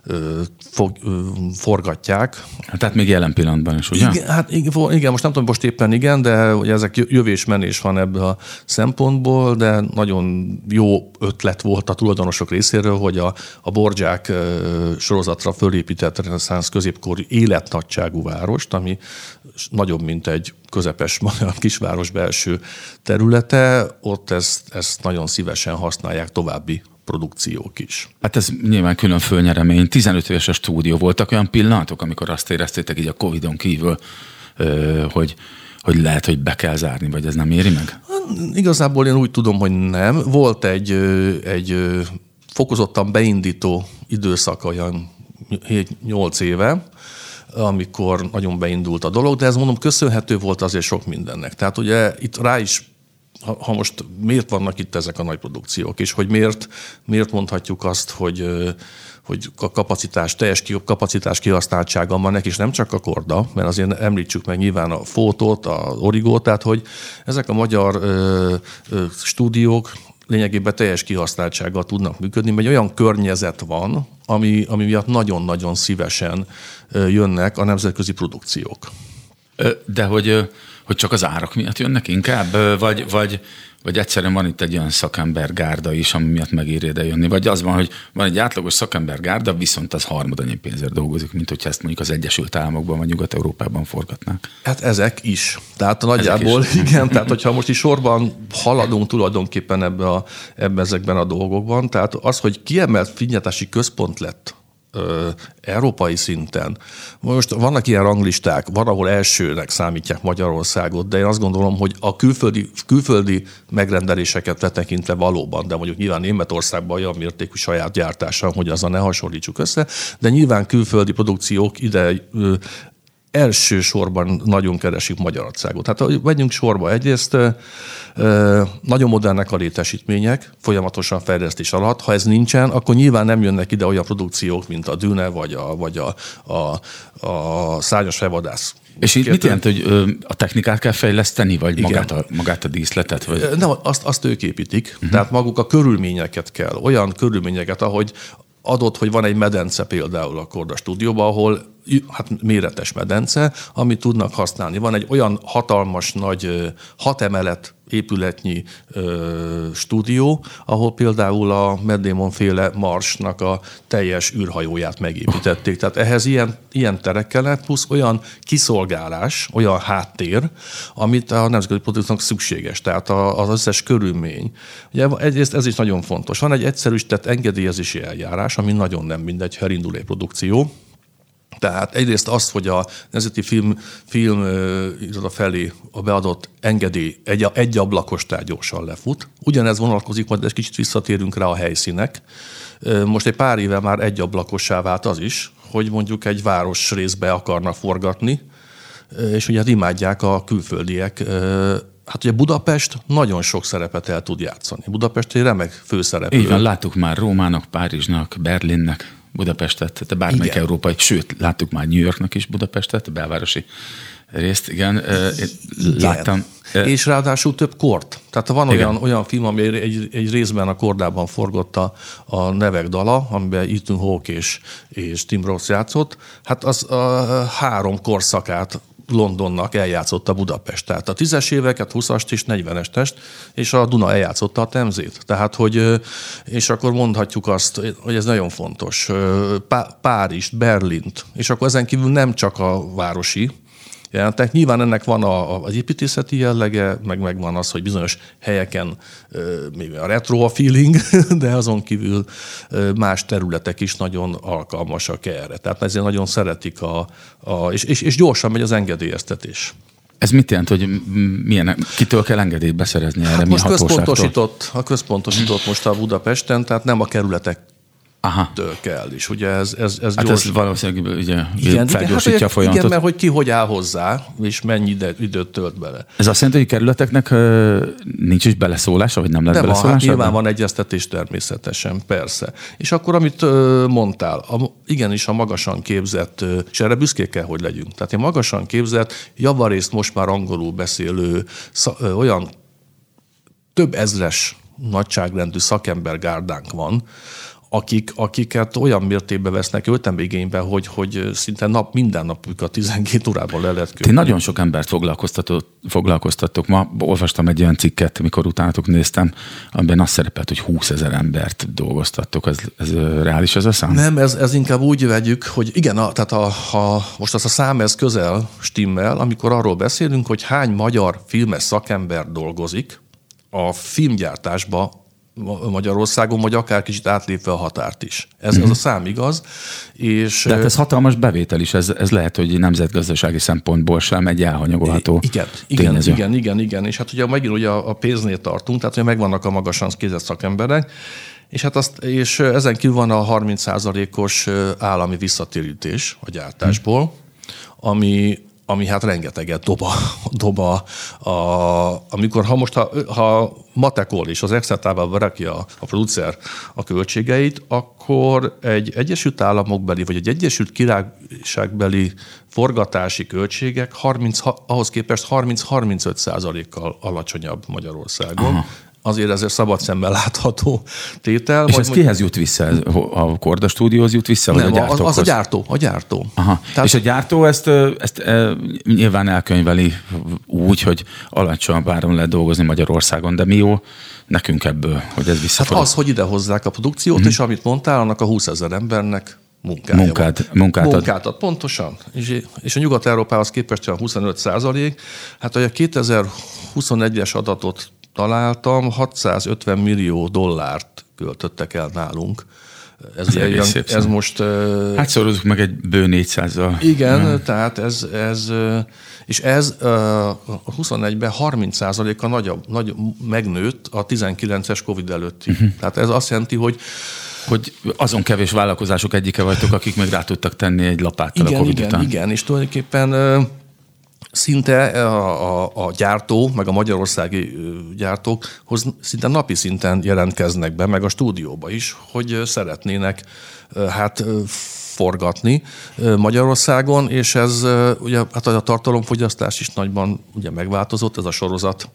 forgatják. Tehát még jelen pillanatban is, ugye? Igen, most nem tudom, most éppen igen, de ugye ezek jövés-menés van ebből a szempontból, de nagyon jó ötlet volt a tulajdonosok részéről, hogy a Borgyák sorozatra fölépített reneszánsz középkori életnagyságú várost, ami nagyobb, mint egy közepes magyar kisváros belső területe, ott ezt nagyon szívesen használják további produkciók is. Hát ez nyilván külön fölnyeremény. 15 éves a stúdió. Voltak olyan pillanatok, amikor azt éreztétek így a Covid-on kívül, hogy lehet, hogy be kell zárni, vagy ez nem éri meg? Igazából én úgy tudom, hogy nem. Volt egy fokozottan beindító időszak olyan 7-8 éve, amikor nagyon beindult a dolog, de ez mondom köszönhető volt azért sok mindennek. Tehát ugye itt rá is, ha most miért vannak itt ezek a nagy produkciók, és hogy miért mondhatjuk azt, hogy a teljes kapacitás kihasználtsága van neki, és nem csak a Korda, mert azért említsük meg nyilván a Fotót, a Origót, tehát hogy ezek a magyar stúdiók lényegében teljes kihasználtsággal tudnak működni, mert olyan környezet van, ami miatt nagyon-nagyon szívesen jönnek a nemzetközi produkciók. De hogy csak az árak miatt jönnek inkább, vagy egyszerűen van itt egy olyan szakembergárda is, ami miatt megér ide jönni, vagy az van, hogy van egy átlagos szakembergárda, viszont az harmadannyi pénzért dolgozik, mint hogyha ezt mondjuk az Egyesült Államokban vagy Nyugat-Európában forgatnák. Hát ezek is. Tehát nagyjából igen, tehát hogyha most is sorban haladunk tulajdonképpen ezekben a dolgokban, tehát az, hogy kiemelt filmgyártási központ lett európai szinten. Most vannak ilyen ranglisták, van, ahol elsőnek számítják Magyarországot, de én azt gondolom, hogy a külföldi megrendeléseket letekintve valóban, de mondjuk nyilván Németországban olyan mértékű saját gyártása, hogy azzal ne hasonlítsuk össze, de nyilván külföldi produkciók ide elsősorban nagyon keresik Magyarországot. Hát vegyünk sorba. Egyrészt nagyon modernek a létesítmények, folyamatosan fejlesztés alatt. Ha ez nincsen, akkor nyilván nem jönnek ide olyan produkciók, mint a Dune, vagy a Szárnyas Fejvadász. És itt mit jelent, hogy a technikát kell fejleszteni, vagy magát a díszletet? Vagy? Nem, azt ők építik. Tehát maguk a körülményeket kell. Olyan körülményeket, ahogy adott, hogy van egy medence például a Korda stúdióban, ahol hát méretes medence, amit tudnak használni. Van egy olyan hatalmas nagy 6 emelet épületnyi stúdió, ahol például a Matt Damon féle Marsnak a teljes űrhajóját megépítették. Tehát ehhez ilyen terek kellett, plusz olyan kiszolgálás, olyan háttér, amit a nemzetközi produkciónak szükséges. Tehát az összes körülmény. Ugye egyrészt ez is nagyon fontos. Van egy egyszerűsített engedélyezési eljárás, ami nagyon nem mindegy, ha elindul egy produkció. Tehát egyrészt az, hogy a Nemzeti Film iroda felé a beadott engedély egy ablakostán gyorsan lefut. Ugyanez vonatkozik, majd egy kicsit visszatérünk rá a helyszínek. Most egy pár éve már egy ablakossá vált az is, hogy mondjuk egy városrészbe akarnak forgatni, és ugye imádják a külföldiek. Hát ugye Budapest nagyon sok szerepet el tud játszani. Budapest egy remek főszereplő. Így van, láttuk már Rómának, Párizsnak, Berlinnek Budapestet, de bármelyik európai, sőt, láttuk már New Yorknak is Budapestet, a belvárosi részt, igen. Láttam. És ráadásul több kort. Tehát van olyan film, ami egy részben a Kordában forgott a Nevek dala, amiben Ethan Hawke és Tim Roth játszott. Hát az 3 korszakát Londonnak eljátszotta Budapest. Tehát a 10-es éveket, 20-ast és 40-est, és a Duna eljátszotta a Temzét. Tehát, és akkor mondhatjuk azt, hogy ez nagyon fontos. Párizst, Berlint, és akkor ezen kívül nem csak a városi jelentek. Nyilván ennek van az építészeti jellege, meg van az, hogy bizonyos helyeken még a retro a feeling, de azon kívül más területek is nagyon alkalmasak erre. Tehát ezért nagyon szeretik és gyorsan megy az engedélyeztetés. Ez mit jelent, hogy kitől kell engedélyt beszerezni erre? Hát most központosított most a Budapesten, tehát nem a kerületek kell is. Ugye ez hát gyors. Ez valószínűleg ugye felgyorsítja a folyamatot. Igen, mert hogy ki hogy áll hozzá, és mennyi időt tölt bele. Ez azt jelenti, hogy kerületeknek nincs is beleszólása, vagy nem lesz beleszólása? Hát nyilván van egyeztetés természetesen, persze. És akkor, amit mondtál, igenis a magasan képzett, és erre büszkék kell, hogy legyünk. Tehát a magasan képzett, javarészt most már angolul beszélő, olyan több ezres nagyságrendű szakembergárdánk van, akiket olyan mértékben vesznek öltemigénybe, hogy szinte minden napjukat 12 órában le lehet követni. Ti nagyon sok embert foglalkoztattok. Ma olvastam egy olyan cikket, mikor utánatok néztem, amiben azt szerepelt, hogy 20 000 embert dolgoztattok. Ez reális ez a szám? Nem, ez inkább úgy vegyük, hogy igen, tehát most az a szám ez közel stimmel, amikor arról beszélünk, hogy hány magyar filmes szakember dolgozik a filmgyártásba Magyarországon, vagy akár kicsit átlépve a határt is. Ez a szám igaz. És de hát ez hatalmas bevétel is, ez lehet, hogy nemzetgazdasági szempontból sem egy elhanyagolható tényező. Igen. És hát ugye megint ugye a pénznél tartunk, tehát ugye megvannak a magasan képzett szakemberek, és ezen kívül van a 30%-os állami visszatérítés a gyártásból, ami hát rengeteget doba amikor ha matekol és az Excel-táblába berakja a producer a költségeit, akkor egy Egyesült Államokbeli vagy egy Egyesült Királyságbeli forgatási költségek ahhoz képest 30-35%-kal alacsonyabb Magyarországon. Aha. Azért ez szabad szemmel látható tétel. És ez kihez jut vissza? A Korda Stúdióhoz jut vissza? Nem, vagy a az a gyártó. Aha. És a gyártó ezt nyilván elkönyveli úgy, hogy alacsonyabb áron lehet dolgozni Magyarországon, de mi jó nekünk ebből, hogy ez visszafordul? Hát az, hogy ide hozzák a produkciót, és amit mondtál, annak a 20 000 embernek munkát ad. Pontosan. És a Nyugat-Európához képest a 25%. Hát, hogy a 2021-es adatot találtam, $650 millió költöttek el nálunk. Ez most... Hát szorozzuk meg egy bő 400-zal. Igen, tehát és ez a 21-ben 30%-a nagyobb megnőtt a 19-es Covid előtti. Tehát ez azt jelenti, hogy azon kevés vállalkozások egyike vagytok, akik meg rá tudtak tenni egy lapáttal a Covid után. Igen, és tulajdonképpen szinte a gyártó, meg a magyarországi gyártókhoz szinte napi szinten jelentkeznek be, meg a stúdióba is, hogy szeretnének forgatni Magyarországon, és ez ugye hát a tartalomfogyasztás is nagyban ugye megváltozott, ez a sorozat.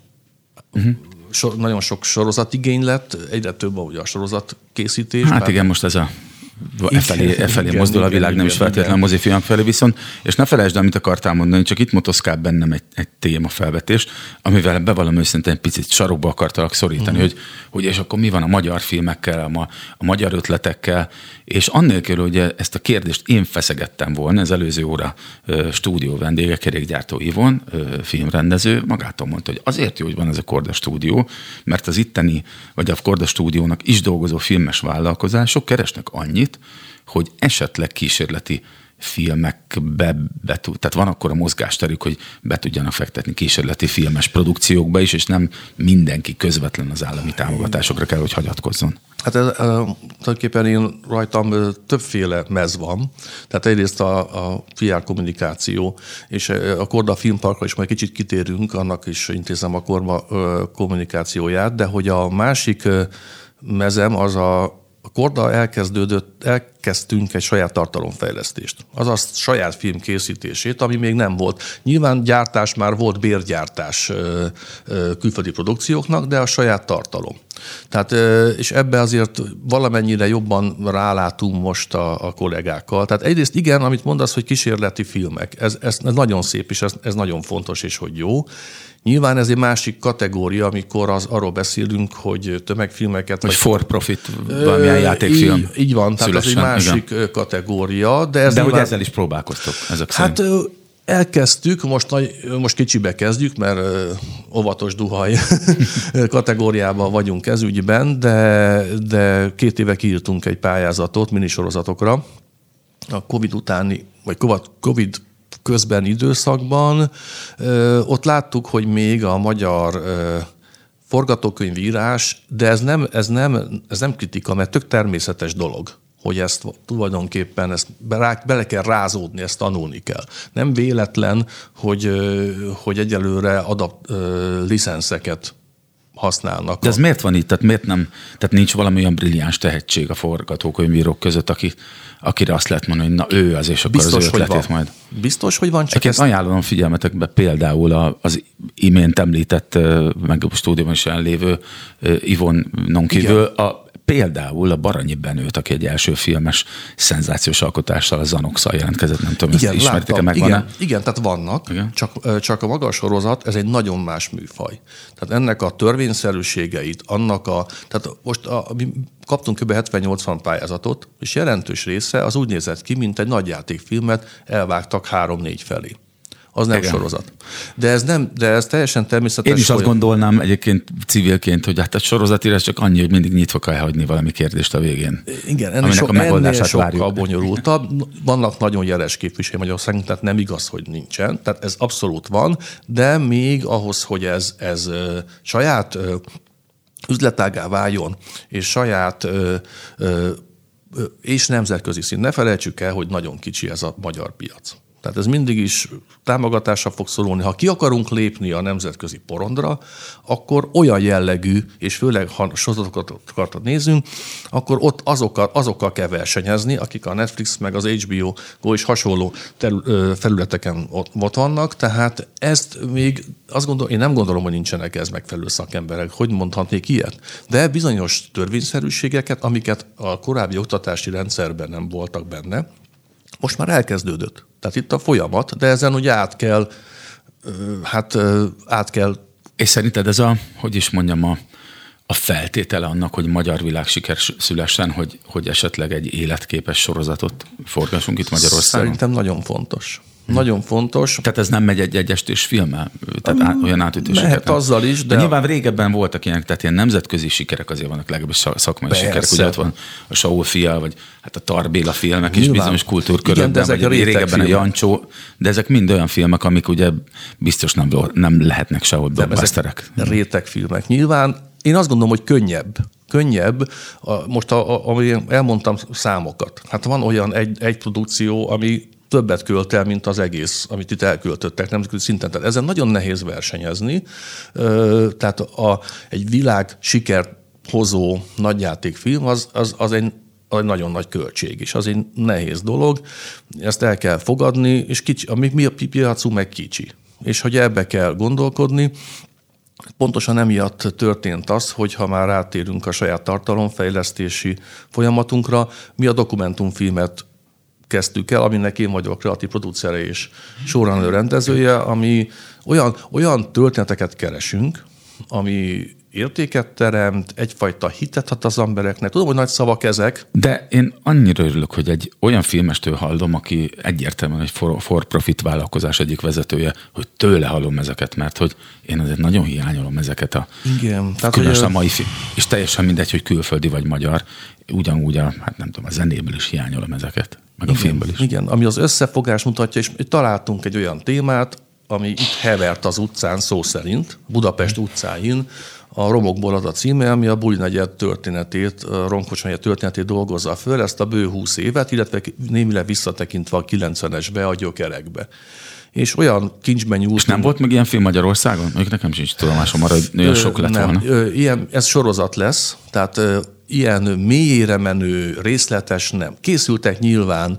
Nagyon sok sorozatigény lett, egyre több ugye a sorozat készítés. Hát igen, most ez e felé mozdul a világ, nem is feltétlenül mozifilm felé, viszont, és ne felejtsd, amit akartál mondani, csak itt motoszkál bennem egy témafelvetés, amivel bevallom őszintén egy picit sarokba akartalak szorítani, hogy és akkor mi van a magyar filmekkel, a magyar ötletekkel, és annélkül, hogy ezt a kérdést én feszegettem volna, az előző óra stúdió vendége, kerékgyártó Ivon, filmrendező, magától mondta, hogy azért jó, hogy van ez a Korda Stúdió, mert az itteni, vagy a Korda Stúdiónak is dolgozó filmes vállalkozások keresnek annyit, hogy esetleg kísérleti filmekbe tehát van akkor a mozgásterük, hogy be tudjanak fektetni kísérleti filmes produkciókba is, és nem mindenki közvetlen az állami támogatásokra kell, hogy hagyatkozzon. Hát tulajdonképpen én rajtam többféle mez van. Tehát egyrészt a PR kommunikáció, és a Korda Filmparkra is majd kicsit kitérünk, annak is intézem a Korda kommunikációját, de hogy a másik mezem az a Korda elkezdtünk egy saját tartalomfejlesztést. Azaz saját film készítését, ami még nem volt. Nyilván gyártás már volt, bérgyártás külföldi produkcióknak, de a saját tartalom. Tehát, és ebbe azért valamennyire jobban rálátunk most a kollégákkal. Tehát egyrészt igen, amit mondasz, hogy kísérleti filmek. Ez nagyon szép, és ez nagyon fontos, és hogy jó. Nyilván ez egy másik kategória, amikor arról beszélünk, hogy tömegfilmeket... Vagy for profit valamilyen játékfilm. Így van, tehát ez egy másik kategória. De nyilván... hogy ezzel is próbálkoztok ezek szerint. Hát elkezdtük, most kicsibe kezdjük, mert óvatos duhaj kategóriában vagyunk ez ügyben, de 2 éve kiírtunk egy pályázatot minisorozatokra a Covid utáni, vagy Covid közben időszakban. Ott láttuk, hogy még a magyar forgatókönyvírás, de ez nem kritika, mert tök természetes dolog, hogy ezt tulajdonképpen bele kell rázódni, ezt tanulni kell. Nem véletlen, hogy egyelőre licenszeket használnak. De ez miért van itt? Tehát nincs valami olyan brilliáns tehetség a forgatókönyvírók között, akire azt lehet mondani, hogy na ő az, és akkor biztos, az ő ötletét majd. Biztos, hogy van. Csak ajánlom figyelmetekbe például az imént említett, meg a stúdióban is jelenlévő Ivonon kívül, például a Baranyi Benőt, aki egy első filmes szenzációs alkotással, a Zanox-szal jelentkezett, nem tudom, ezt ismerték-e, megvan-e? Igen, tehát vannak, igen. Csak a maga a sorozat, ez egy nagyon más műfaj. Tehát ennek a törvényszerűségeit, tehát most kaptunk kb. 70-80 pályázatot, és jelentős része az úgy nézett ki, mint egy nagyjátékfilmet elvágtak 3-4 felé. Az nem sorozat. De ez teljesen természetes. Én is azt gondolnám egyébként civilként, hogy hát a sorozatírás csak annyi, hogy mindig nyitva kell hagyni valami kérdést a végén. Igen, ennél sokkal bonyolultabb. Vannak nagyon jeles képviselői Magyarországon, tehát nem igaz, hogy nincsen. Tehát ez abszolút van, de még ahhoz, hogy ez saját üzletágá váljon, és saját és nemzetközi szint. Ne felejtsük el, hogy nagyon kicsi ez a magyar piac. Tehát ez mindig is támogatásra fog szorulni. Ha ki akarunk lépni a nemzetközi porondra, akkor olyan jellegű, és főleg ha sorozatokat nézünk, akkor ott azokkal kell versenyezni, akik a Netflix meg az HBO Go és hasonló felületeken ott vannak. Tehát ezt még én nem gondolom, hogy nincsenek ez megfelelő szakemberek. Hogy mondhatnék ilyet? De bizonyos törvényszerűségeket, amiket a korábbi oktatási rendszerben nem voltak benne, most már elkezdődött. Tehát itt a folyamat, de ezen ugye át kell. És szerinted ez a feltétele annak, hogy magyar világsiker szülessen, hogy esetleg egy életképes sorozatot forgassunk itt Magyarországon? Szerintem nagyon fontos. Nagyon fontos. Tehát ez nem megy egy estés filmmel? Tehát olyan átütőseket? Mehet azzal is, de nyilván régebben voltak ilyenek, tehát ilyen nemzetközi sikerek azért vannak, legalábbis szakmai sikerek. Ugye ott van a Saul fia, vagy hát a Tar Béla filmek is bizonyos kultúrkörökben, vagy régebben a Jancsó, de ezek mind olyan filmek, amik ugye biztos nem lehetnek sehol blockbusterek. Rétegfilmek. Nyilván én azt gondolom, hogy könnyebb. Most elmondtam számokat. Hát van olyan egy produkció, ami többet költ el, mint az egész, amit itt elköltöttek nemzetközi szinten. Tehát ezen nagyon nehéz versenyezni. Tehát egy világ sikert hozó nagyjátékfilm az egy nagyon nagy költség is. Az egy nehéz dolog. Ezt el kell fogadni, és kicsi, mi a piacunk meg kicsi. És hogy ebbe kell gondolkodni, pontosan emiatt történt az, hogy ha már rátérünk a saját tartalomfejlesztési folyamatunkra, mi a dokumentumfilmet kezdtük el, aminek én vagyok a kreatív producere és showrunner rendezője, ami olyan történeteket keresünk, ami értéket teremt, egyfajta hitet ad az embereknek. Tudom, hogy nagy szavak ezek. De én annyira örülök, hogy egy olyan filmestől hallom, aki egyértelműen egy for-profit vállalkozás egyik vezetője, hogy tőle hallom ezeket, mert hogy én azért nagyon hiányolom ezeket különösen a mai film. És teljesen mindegy, hogy külföldi vagy magyar, ugyanúgy nem tudom, a zenéből is hiányolom ezeket, meg a filmből is. Igen, ami az összefogás mutatja, és találtunk egy olyan témát, ami itt hevert az utcán szó szerint, Budapest utcáin, a Romokból az a címe, ami a Buli negyed történetét, a Ronkos negyed történetét dolgozza föl, ezt a bő 20 évet, illetve némileg visszatekintve a 90-esbe, a gyökerekbe. És olyan kincsben nyúltunk. És nem volt még ilyen film Magyarországon? Még nekem sincs tudomásom arra, hogy olyan sok lett volna. Ez sorozat lesz, tehát ilyen mélyére menő, részletes nem. Készültek nyilván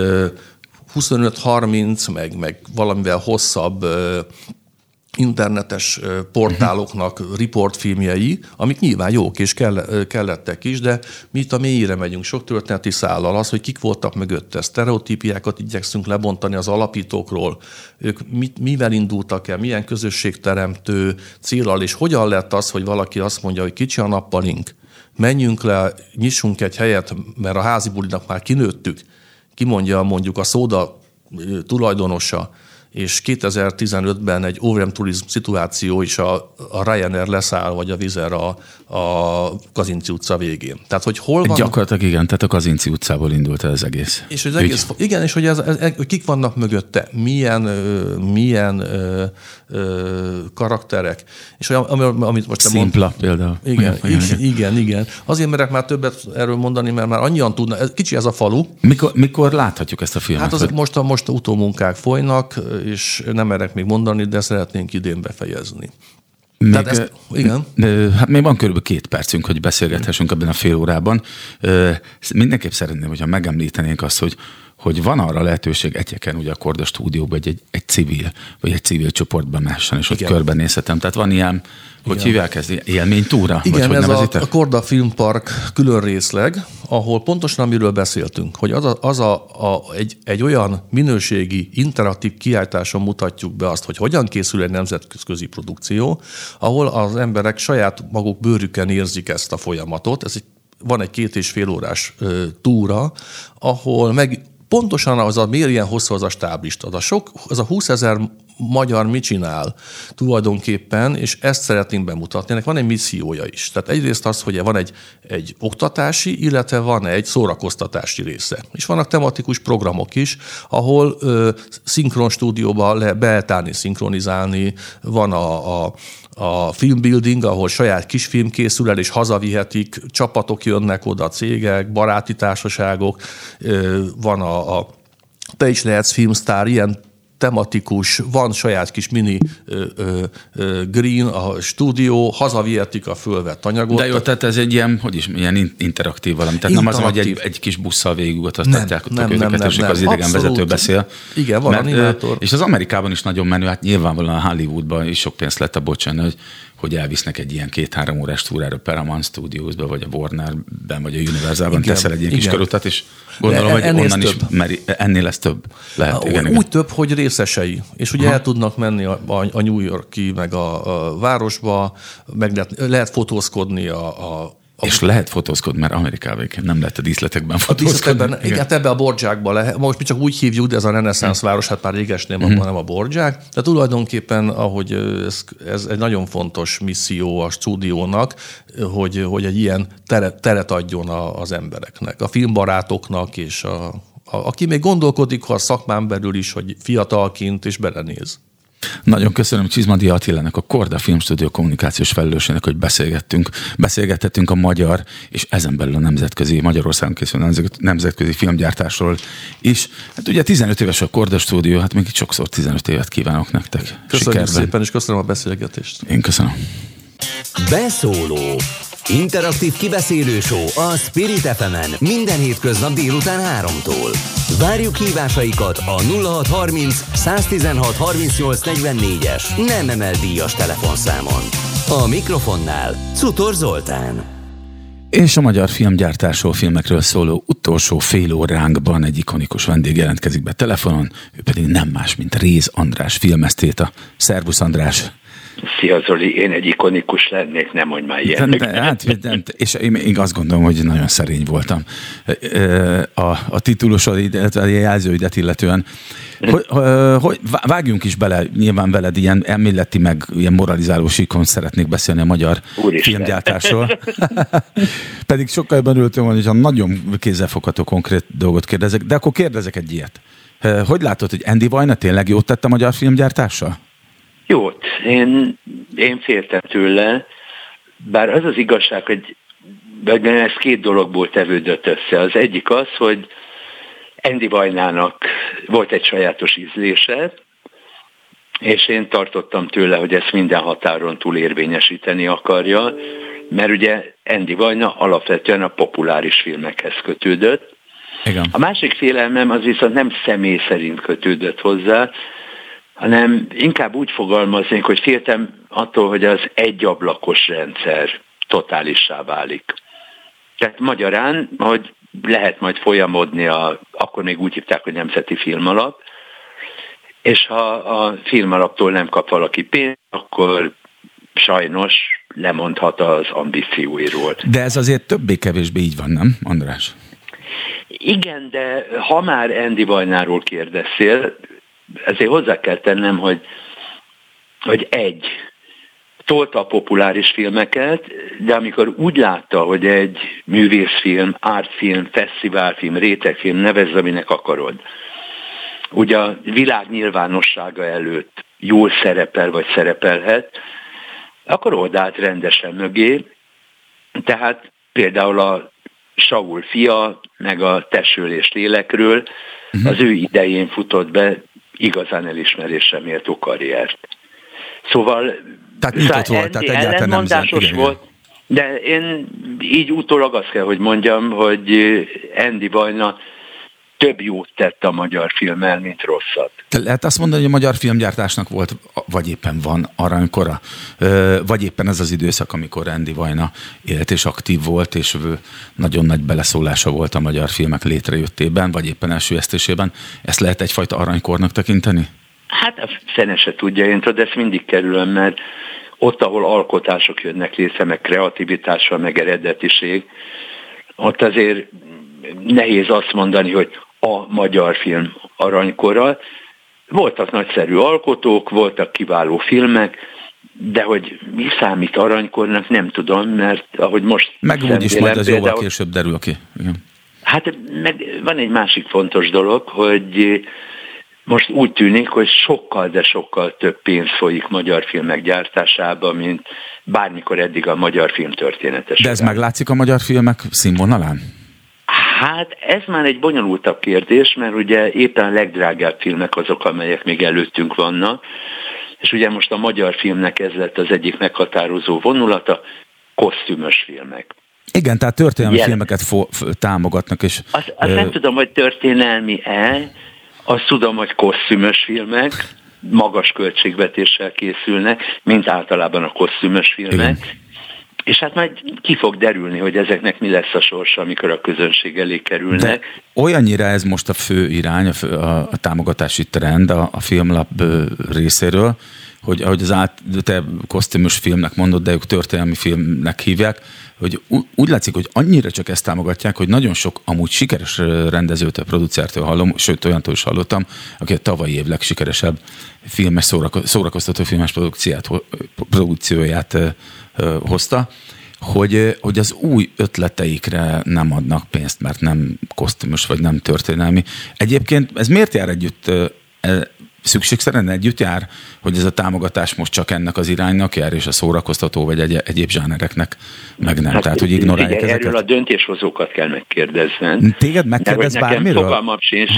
25-30, meg valamivel hosszabb internetes portáloknak riportfilmjei, amik nyilván jók és kellettek is, de mi itt a mélyére megyünk sok történeti szállal, az, hogy kik voltak mögötte, sztereotípiákat igyekszünk lebontani az alapítókról, ők mivel indultak el, milyen közösségteremtő céllal, és hogyan lett az, hogy valaki azt mondja, hogy kicsi a nappalink, menjünk le, nyissunk egy helyet, mert a házi bulinak már kinőttük, kimondja mondjuk a szóda tulajdonosa, és 2015-ben egy overem turizm szituáció is a Ryanair leszáll, vagy a Wizzair a Kazinczy utca végén. Tehát, hogy hol van... Gyakorlatilag igen, tehát a Kazinczy utcából indult el az egész. És az egész, igen, és hogy hogy kik vannak mögötte, milyen karakterek. És amit most Szimpla például. Igen. Azért merek már többet erről mondani, mert már annyian tudnak. Kicsi ez a falu. Mikor láthatjuk ezt a filmet? Hát most a utómunkák folynak, és nem merek még mondani, de szeretnénk idén befejezni. Igen. Hát még van körülbelül 2 percünk, hogy beszélgethessünk ebben a fél órában. Mindenképp szeretném, hogyha megemlítenénk azt, hogy van arra lehetőség egyeken ugye a Korda stúdióban, hogy egy civil csoportban mehessen, és ott körbenézhetem. Tehát van ilyen, hogy hívják ez, élménytúra? Igen, ez a Korda Filmpark külön részleg, ahol pontosan amiről beszéltünk, hogy egy olyan minőségi, interaktív kiállításon mutatjuk be azt, hogy hogyan készül egy nemzetközi produkció, ahol az emberek saját maguk bőrükön érzik ezt a folyamatot. Van egy 2,5 órás túra, ahol pontosan az miért ilyen hosszú az a stáblista. Az a 20 000 magyar mit csinál tulajdonképpen, és ezt szeretnénk bemutatni. Ennek van egy missziója is. Tehát egyrészt az, hogy van egy oktatási, illetve van egy szórakoztatási része. És vannak tematikus programok is, ahol szinkron stúdióba lehet beállni, szinkronizálni, van a filmbuilding, ahol saját kisfilm készül el, és hazavihetik, csapatok jönnek oda, cégek, baráti társaságok, van te is lehetsz filmsztár, ilyen tematikus, van saját kis mini green, a stúdió, hazavihetik a fölvett anyagot. De jó, tehát ez egy ilyen, ilyen interaktív valami. Tehát nem az, hogy egy kis busszal végigutaztatják őket, és az idegenvezető beszél. Igen, van animátor. És az Amerikában is nagyon menő, hát nyilvánvalóan a Hollywoodban is sok pénzt lett a bocsánat, hogy elvisznek egy ilyen 2-3 órás túrára Paramount Studiosba, vagy a Warnerben, vagy a Universalban teszel egy ilyen kis körutat, és gondolom, hogy onnan is ennél lesz több. Lehet, igen. Úgy több, hogy részesei. És ugye el tudnak menni a New York-i, meg a városba, meg lehet fotózkodni és lehet fotózkodni, mert Amerikában nem lehet a díszletekben fotózkodni. Igen, ebbe a Bordzsákban lehet. Most mi csak úgy hívjuk, de ez a reneszánsz város, hát már régesnél nem a Bordzsák. De tulajdonképpen, ahogy ez egy nagyon fontos misszió a stúdiónak, hogy egy ilyen teret adjon az embereknek, a filmbarátoknak, és aki még gondolkodik, ha a szakmán belül is, hogy fiatalként és belenéz. Nagyon köszönöm Csizmadia Attilának, a Korda Filmstúdió kommunikációs felelősének, hogy beszélgettünk a magyar, és ezen belül a Magyarországon készülő nemzetközi filmgyártásról is. Hát ugye 15 éves a Korda Stúdió, hát még itt sokszor 15 évet kívánok nektek. Köszönjük sikerben. Szépen, és köszönöm a beszélgetést. Én köszönöm. Beszóló. Interaktív kibeszélő show a Spirit FM-en minden hétköznap délután 3-tól. Várjuk hívásaikat a 0630 116 38 44-es nem emel díjas telefonszámon. A mikrofonnál Cutor Zoltán. És a magyar filmgyártásról, filmekről szóló utolsó fél óránkban egy ikonikus vendég jelentkezik be telefonon, ő pedig nem más, mint Réz András filmesztéta. Szervusz András! Szia Zoli, én egy ikonikus lennék, nem mondj már ilyenek. És én azt gondolom, hogy nagyon szerény voltam a titulusod, illetve a jelzőidet illetően. Hogy vágjunk is bele, nyilván veled ilyen elméleti, meg ilyen moralizáló síkon szeretnék beszélni a magyar filmgyártásról. Pedig sokkal jobban örültem volna, hogy nagyon kézzelfogható konkrét dolgot kérdezek, de akkor kérdezek egy ilyet. Hogy látod, hogy Andy Vajna tényleg jót tett a magyar filmgyártással? Jót. Én féltem tőle, bár az az igazság, hogy ez 2 dologból tevődött össze. Az egyik az, hogy Andy Vajnának volt egy sajátos ízlése, és én tartottam tőle, hogy ezt minden határon túl érvényesíteni akarja, mert ugye Andy Vajna alapvetően a populáris filmekhez kötődött. Igen. A másik félelmem az viszont nem személy szerint kötődött hozzá, hanem inkább úgy fogalmaznék, hogy féltem attól, hogy az egyablakos rendszer totálissá válik. Tehát magyarán, hogy lehet majd folyamodni, akkor még úgy hívták, hogy Nemzeti Filmalap, és ha a filmalaptól nem kap valaki pénzt, akkor sajnos lemondhat az ambícióiról. De ez azért többé-kevésbé így van, nem, András? Igen, de ha már Andy Vajnáról kérdeztél, ezért hozzá kell tennem, hogy tolta a populáris filmeket, de amikor úgy látta, hogy egy művészfilm, ártfilm, fesztiválfilm, rétegfilm, nevezz, aminek akarod, ugye a világ nyilvánossága előtt jól szerepel, vagy szerepelhet, akkor odállt rendesen mögé. Tehát például a Saul fia, meg a Testről lélekről az ő idején futott be igazán elismerésre méltó karriert. Szóval tehát nyitott volt, tehát egyáltalán nem volt, de én így utólag azt kell, hogy mondjam, hogy Andy Vajna több jót tett a magyar filmmel, mint rosszat. Lehet azt mondani, hogy a magyar filmgyártásnak volt, vagy éppen van aranykora, vagy éppen ez az időszak, amikor Andy Vajna élt és aktív volt, és nagyon nagy beleszólása volt a magyar filmek létrejöttében, vagy éppen elsüllyesztésében. Ezt lehet egyfajta aranykornak tekinteni? Hát a fene se tudja, én tudod, ezt mindig kerülöm, mert ott, ahol alkotások jönnek létre, meg kreativitással, meg eredetiség, ott azért nehéz azt mondani, hogy a magyar film aranykora. Voltak nagyszerű alkotók, voltak kiváló filmek, de hogy mi számít aranykornak, nem tudom, mert ahogy most... Meg úgyis majd az jóval később derül ki. Igen. Hát meg van egy másik fontos dolog, hogy most úgy tűnik, hogy sokkal, de sokkal több pénz folyik magyar filmek gyártásába, mint bármikor eddig a magyar film történetes. De ez meglátszik a magyar filmek színvonalán? Hát ez már egy bonyolultabb kérdés, mert ugye éppen a legdrágább filmek azok, amelyek még előttünk vannak, és ugye most a magyar filmnek ez lett az egyik meghatározó vonulata, kosztümös filmek. Igen, tehát történelmi filmeket támogatnak. És, azt nem tudom, hogy történelmi-e, azt tudom, hogy kosztümös filmek, magas költségvetéssel készülnek, mint általában a kosztümös filmek. Igen. És hát majd ki fog derülni, hogy ezeknek mi lesz a sorsa, amikor a közönség elé kerülnek. De olyannyira ez most a fő irány, a támogatási trend a Filmlap részéről, hogy ahogy te kosztümös filmnek mondod, de ők történelmi filmnek hívják, hogy úgy látszik, hogy annyira csak ezt támogatják, hogy nagyon sok amúgy sikeres rendezőtől, producértől hallom, sőt olyantól is hallottam, aki a tavalyi év legsikeresebb filmes szórakoztató filmes produkcióját hozta, hogy az új ötleteikre nem adnak pénzt, mert nem kosztümös vagy nem történelmi. Egyébként ez miért jár együtt, szükségszerűen együtt jár, hogy ez a támogatás most csak ennek az iránynak jár, és a szórakoztató vagy egyéb zsánereknek meg nem. Hát, tehát, hogy ignorálják ezeket? Erről a döntéshozókat kell megkérdezni. Téged megkérdez bármiről? Fogalmam sincs,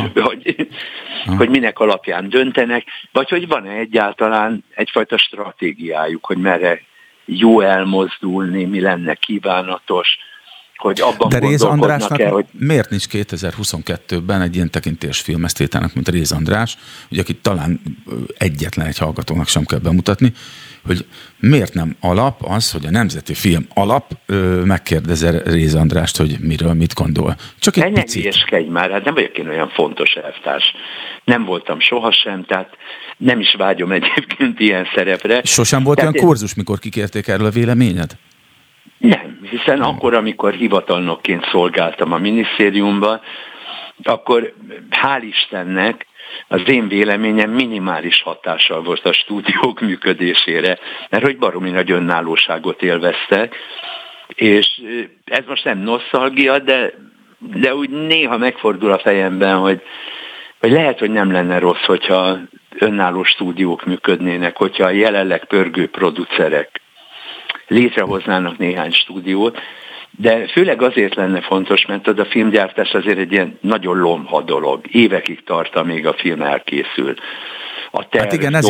hogy minek alapján döntenek, vagy hogy van-e egyáltalán egyfajta stratégiájuk, hogy merre jó elmozdulni, mi lenne kívánatos, hogy abban de Réz Andrásnak hogy... miért nincs 2022-ben egy ilyen tekintésfilm esztétának, mint Réz András, ugye akit talán egyetlen egy hallgatónak sem kell bemutatni, hogy miért nem alap az, hogy a Nemzeti Film Alap megkérdezi Réz Andrást, hogy miről mit gondol. Csak egy picit. Ne hülyeskedj már, hát nem vagyok én olyan fontos elvtárs. Nem voltam sohasem, tehát nem is vágyom egyébként ilyen szerepre. Sosem volt olyan kurzus, mikor kikérték erről a véleményed? Nem, hiszen akkor, amikor hivatalnokként szolgáltam a minisztériumban, akkor hál' Istennek az én véleményem minimális hatással volt a stúdiók működésére, mert hogy baromi nagy önállóságot élveztek, és ez most nem nosztalgia, de úgy néha megfordul a fejemben, hogy lehet, hogy nem lenne rossz, hogyha önálló stúdiók működnének, hogyha a jelenleg pörgő producerek létrehoznának néhány stúdiót, de főleg azért lenne fontos, mert az a filmgyártás azért egy ilyen nagyon lomha dolog. Évekig tart, amíg a film elkészül. A terv, hát igen,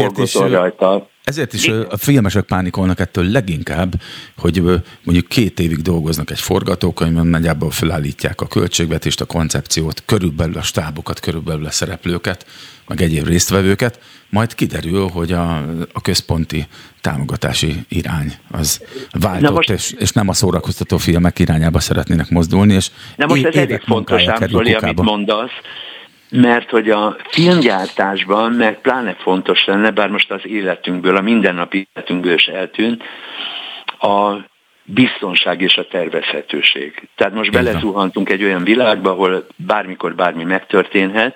ezért is a filmesek pánikolnak ettől leginkább, hogy mondjuk 2 évig dolgoznak egy forgatókönyvön, nagyjából felállítják a költségvetést, a koncepciót, körülbelül a stábokat, körülbelül a szereplőket, meg egyéb résztvevőket, majd kiderül, hogy a központi támogatási irány az váltott, és nem a szórakoztató filmek irányába szeretnének mozdulni, és na most ez elég fontos, Zoli, amit mondasz, mert hogy a filmgyártásban, meg pláne fontos lenne, bár most az életünkből, a mindennapi életünkből is eltűnt, a biztonság és a tervezhetőség. Tehát most belezuhantunk egy olyan világba, ahol bármikor bármi megtörténhet,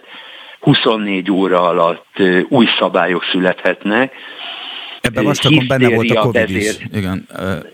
24 óra alatt új szabályok születhetnek. Ebben vastakon benne volt a Covid is. Igen.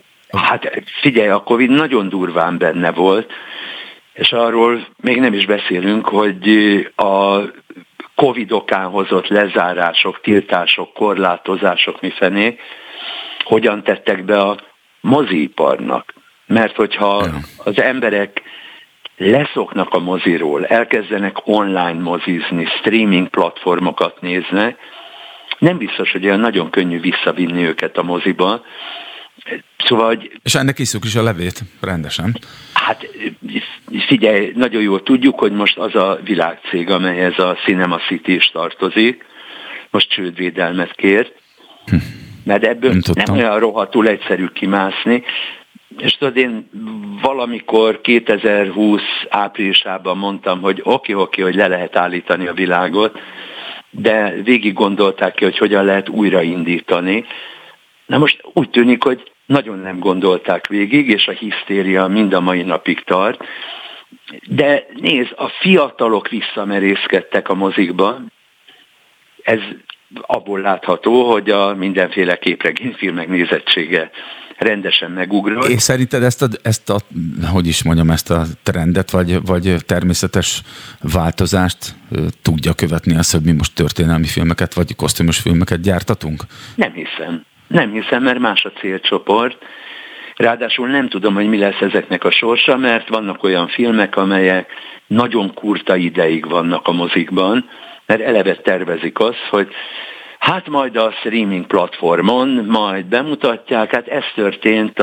Hát figyelj, a Covid nagyon durván benne volt, és arról még nem is beszélünk, hogy a Covid okán hozott lezárások, tiltások, korlátozások mifelé hogyan tettek be a moziiparnak. Mert hogyha az emberek leszoknak a moziról, elkezdenek online mozizni, streaming platformokat néznek, nem biztos, hogy olyan nagyon könnyű visszavinni őket a moziba. Szóval, és ennek isszuk is a levét, rendesen. Hát figyelj, nagyon jól tudjuk, hogy most az a világcég, amelyhez a Cinema City is tartozik, most csődvédelmet kért, mert ebből nem olyan rohadtul egyszerű kimászni. És tudod, én valamikor 2020 áprilisában mondtam, hogy oké, hogy le lehet állítani a világot, de végig gondolták ki, hogy hogyan lehet újraindítani. Na most úgy tűnik, hogy nagyon nem gondolták végig, és a hisztéria mind a mai napig tart, De nézd, a fiatalok visszamerészkedtek a mozikba. Ez abból látható, hogy a mindenféle képregényfilmek nézettsége rendesen megugrott. És szerinted ezt a hogy is mondjam, ezt a trendet, vagy természetes változást tudja követni az, hogy mi most történelmi filmeket, vagy kosztümös filmeket gyártatunk? Nem hiszem, mert más a célcsoport. Ráadásul nem tudom, hogy mi lesz ezeknek a sorsa, mert vannak olyan filmek, amelyek nagyon kurta ideig vannak a mozikban, mert eleve tervezik azt, hogy hát majd a streaming platformon majd bemutatják, hát ez történt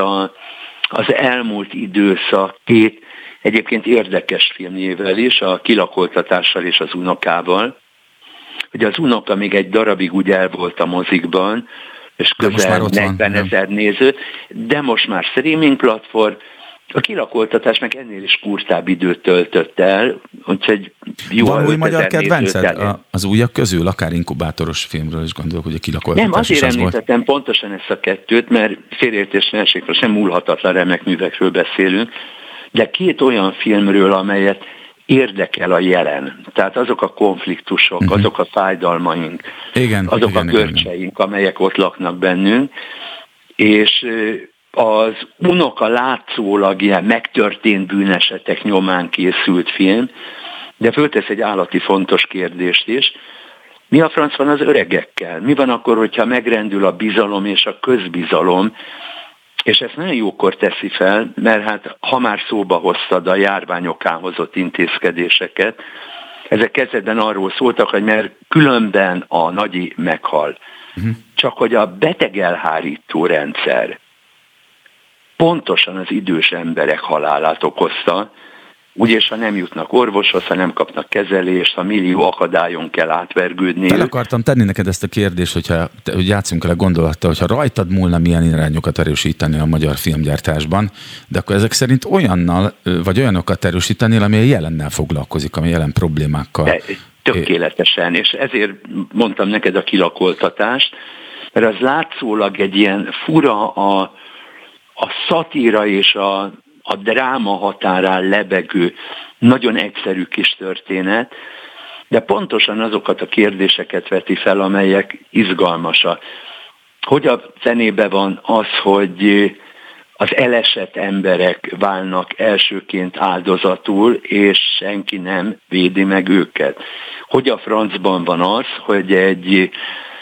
az elmúlt időszak két egyébként érdekes filmjével is, a Kilakoltatással és az Unokával. Ugye az Unoka még egy darabig úgy el volt a mozikban, és közel 40 000 néző, de most már streaming platform. A Kilakoltatás meg ennél is kurtább időt töltött el, úgyhogy jó. Van új magyar kedvenced az újak közül, akár inkubátoros filmről is gondolok, hogy a Kilakoltatás nem, azért is az említettem volt. pontosan ezt a kettőt, mert félreértés ne essék, sem múlhatatlan remek művekről beszélünk, de két olyan filmről, amelyet érdekel a jelen. Tehát azok a konfliktusok, azok a fájdalmaink, azok a görcseink, amelyek ott laknak bennünk, és az Unoka látszólag ilyen megtörtént bűnesetek nyomán készült film, de föltesz egy állati fontos kérdést is. Mi a franc van az öregekkel? Mi van akkor, hogyha megrendül a bizalom és a közbizalom? És ezt nagyon jókor teszi fel, mert hát ha már szóba hoztad a járványokán hozott intézkedéseket, ezek kezdetben arról szóltak, hogy mert különben a nagyi meghal. Csak hogy a betegelhárító rendszer pontosan az idős emberek halálát okozta, úgyis ha nem jutnak orvoshoz, ha nem kapnak kezelést, ha millió akadályon kell átvergődni. El akartam tenni neked ezt a kérdést, hogy játszunk el a gondolattal, hogyha rajtad múlna, milyen irányokat erősíteni a magyar filmgyártásban, de akkor ezek szerint olyannal, vagy olyanokat erősítenél, ami a jelennel foglalkozik, ami jelen problémákkal. De, tökéletesen, és ezért mondtam neked a Kilakoltatást, mert az látszólag egy ilyen fura a szatíra és a dráma határán lebegő, nagyon egyszerű kis történet, de pontosan azokat a kérdéseket veti fel, amelyek izgalmasak. Hogy a zenébe van az, hogy az elesett emberek válnak elsőként áldozatul, és senki nem védi meg őket. Hogy a francban van az, hogy egy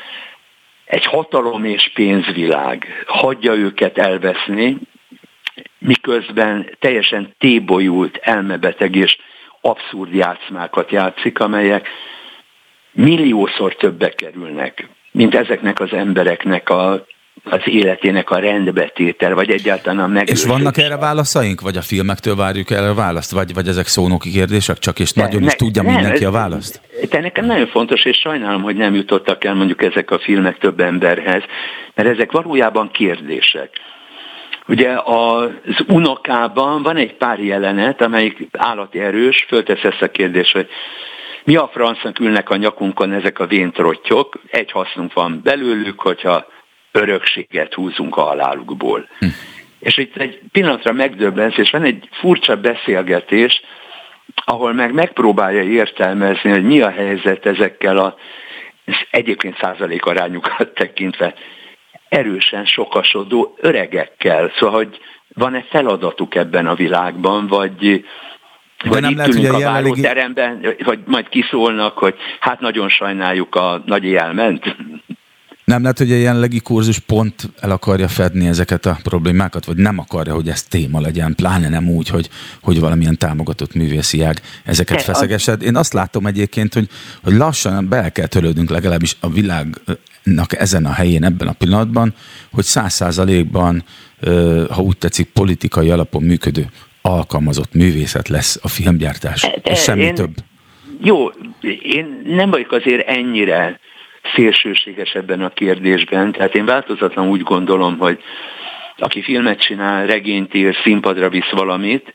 hatalom és pénzvilág hagyja őket elveszni, miközben teljesen tébolyult, elmebeteg és abszurd játszmákat játszik, amelyek milliószor többe kerülnek, mint ezeknek az embereknek az életének a rendbetétel, vagy egyáltalán a megőrzés. És vannak erre válaszaink? Vagy a filmektől várjuk erre a választ? Vagy ezek szónoki kérdések csak, és nagyon is tudja mindenki a választ? De nekem nagyon fontos, és sajnálom, hogy nem jutottak el mondjuk ezek a filmek több emberhez, mert ezek valójában kérdések. Ugye az Unokában van egy pár jelenet, amelyik állati erős, föltesz ezt a kérdést, hogy mi a francnak ülnek a nyakunkon ezek a véntrottyok, egy hasznunk van belőlük, hogyha örökséget húzunk a halálukból. És itt egy pillanatra megdöbbensz, és van egy furcsa beszélgetés, ahol megpróbálja értelmezni, hogy mi a helyzet ezekkel az egyébként százalékarányukat tekintve erősen sokasodó öregekkel. Szóval, hogy van-e feladatuk ebben a világban, vagy nem itt lehet, ülünk a jelenlegi... váróteremben, hogy majd kiszólnak, hogy hát nagyon sajnáljuk, a nagyi elment. Nem lehet, hogy a jelenlegi kurzus pont el akarja fedni ezeket a problémákat, vagy nem akarja, hogy ez téma legyen, pláne nem úgy, hogy valamilyen támogatott művészi ág ezeket feszegessed. Én azt látom egyébként, hogy lassan be kell törődnünk legalábbis a világnak ezen a helyén, ebben a pillanatban, hogy 100%-ban, ha úgy tetszik, politikai alapon működő alkalmazott művészet lesz a filmgyártás. És semmi több. Jó, én nem vagyok azért ennyire szélsőséges ebben a kérdésben, tehát én változatlan úgy gondolom, hogy aki filmet csinál, regényt ír, színpadra visz valamit,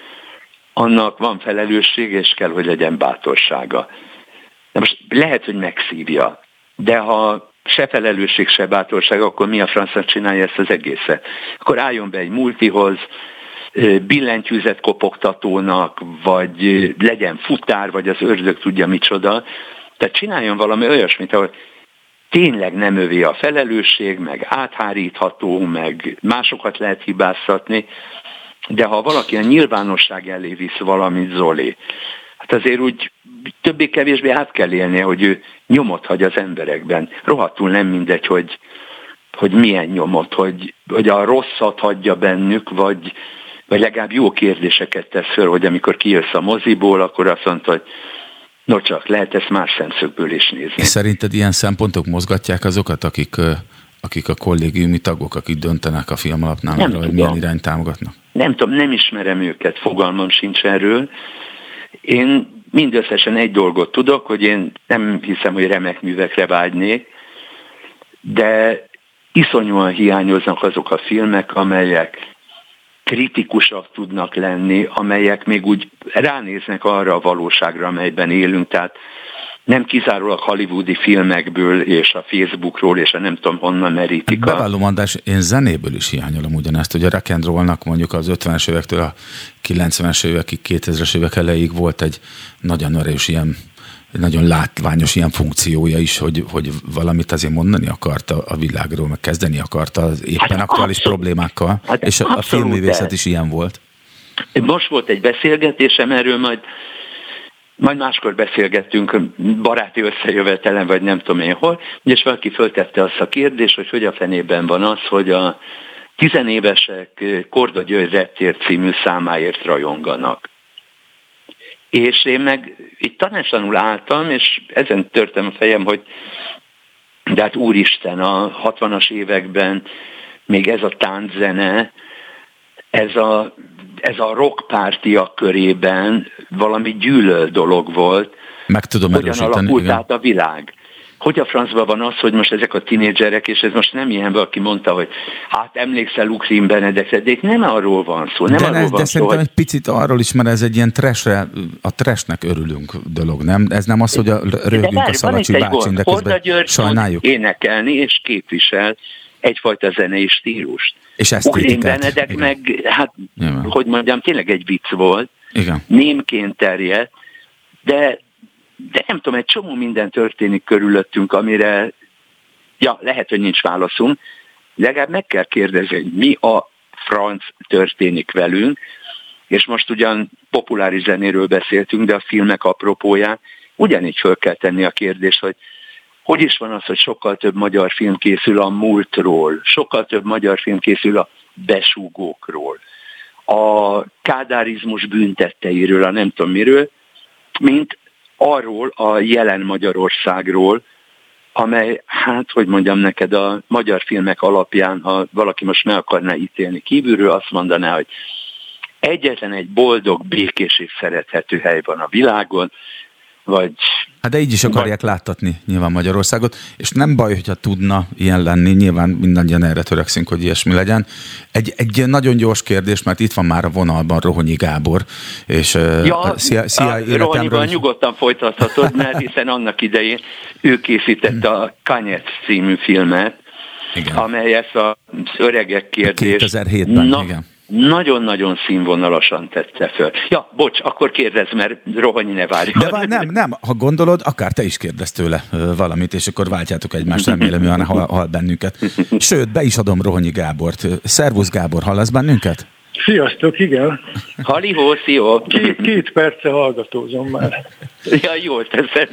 annak van felelősség, és kell, hogy legyen bátorsága. De most lehet, hogy megszívja, de ha se felelősség, se bátorság, akkor mi a francnak csinálja ezt az egészet? Akkor álljon be egy multihoz, billentyűzet kopogtatónak, vagy legyen futár, vagy az ördög tudja micsoda. Tehát csináljon valami olyasmit, ahol tényleg nem övé a felelősség, meg áthárítható, meg másokat lehet hibáztatni, de ha valaki a nyilvánosság elé visz valamit, Zoli, hát azért úgy többé-kevésbé át kell élnie, hogy ő nyomot hagy az emberekben. Rohadtul nem mindegy, hogy milyen nyomot, hogy a rosszat hagyja bennük, vagy legalább jó kérdéseket tesz föl, hogy amikor kijössz a moziból, akkor azt mondta, hogy no csak, lehet ezt más szemszögből is nézni. És szerinted ilyen szempontok mozgatják azokat, akik a kollégiumi tagok, akik döntenek a Filmalapnál, hogy milyen irányt támogatnak? Nem tudom, nem ismerem őket, fogalmam sincs erről. Én mindösszesen egy dolgot tudok, hogy én nem hiszem, hogy remek művekre vágynék, de iszonyúan hiányoznak azok a filmek, amelyek kritikusak tudnak lenni, amelyek még úgy ránéznek arra a valóságra, amelyben élünk, tehát nem kizárólag hollywoodi filmekből és a Facebookról és a nem tudom honnan merítik. Bevallom, András, én zenéből is hiányolom ugyanezt, hogy a rock and rollnak mondjuk az 50-es évektől a 90-es évekig, 2000-es évek elejéig volt egy nagyon erős ilyen, nagyon látványos ilyen funkciója is, hogy valamit azért mondani akarta a világról, meg kezdeni akarta az éppen aktuális problémákkal, és a filmművészet is ilyen volt. Most volt egy beszélgetésem erről, majd máskor beszélgettünk baráti összejövetelen, vagy nem tudom én hol, és valaki föltette azt a kérdést, hogy a fenében van az, hogy a tizenévesek Korda György Reptér című számáért rajonganak. És én meg itt tanácstalanul álltam, és ezen törtem a fejem, hogy de hát úristen, a 60-as években még ez a tánczene, ez a rockpártiak körében valami gyűlölt dolog volt. Meg tudom erősíteni. Hogyan alakult át a világ? Hogy a francban van az, hogy most ezek a tinédzserek, és ez most nem ilyen, aki mondta, hogy hát emlékszel Ukrin Benedekre, de itt nem arról van szó. De szerintem egy picit arról is, mert ez egy ilyen a trashnek örülünk dolog, nem? Ez nem az, hogy rögünk a Szalacsi bácsin, de közben sajnáljuk. Énekelni és képvisel egyfajta zenei stílust. És esztétikát. Ukrin Benedek meg, hát, nyilván, hogy mondjam, tényleg egy vicc volt. Igen. Némként terjedt, de nem tudom, egy csomó minden történik körülöttünk, amire, lehet, hogy nincs válaszunk, legalább meg kell kérdezni, hogy mi a franc történik velünk, és most ugyan populáris zenéről beszéltünk, de a filmek apropóján ugyanígy föl kell tenni a kérdést, hogy is van az, hogy sokkal több magyar film készül a múltról, sokkal több magyar film készül a besúgókról, a kádárizmus bűntetteiről, a nem tudom miről, mint arról a jelen Magyarországról, amely, hát, hogy mondjam neked, a magyar filmek alapján, ha valaki most meg akarná ítélni kívülről, azt mondaná, hogy egyetlen egy boldog, békés és szerethető hely van a világon, vagy... Hát de így is akarják láttatni nyilván Magyarországot, és nem baj, hogyha tudna ilyen lenni, nyilván mindannyian erre törekszünk, hogy ilyesmi legyen. Egy nagyon gyors kérdés, mert itt van már a vonalban Rohonyi Gábor, és szia Rohonyiban nyugodtan folytathatod, mert hiszen annak idején ő készítette a Kanyec című filmet, igen, amely ezt az öregek kérdést 2007-ben, igen, nagyon-nagyon színvonalasan tette föl. Bocs, akkor kérdezz, mert Rohonyi ne várja. De nem, ha gondolod, akár te is kérdezz tőle valamit, és akkor váltjátok egymást, remélem, hogy hall bennünket. Sőt, be is adom Rohonyi Gábort. Szervusz Gábor, hallasz bennünket? Sziasztok, igen. Halihó, szia. Két perce hallgatózom már. Ja, jól teszed.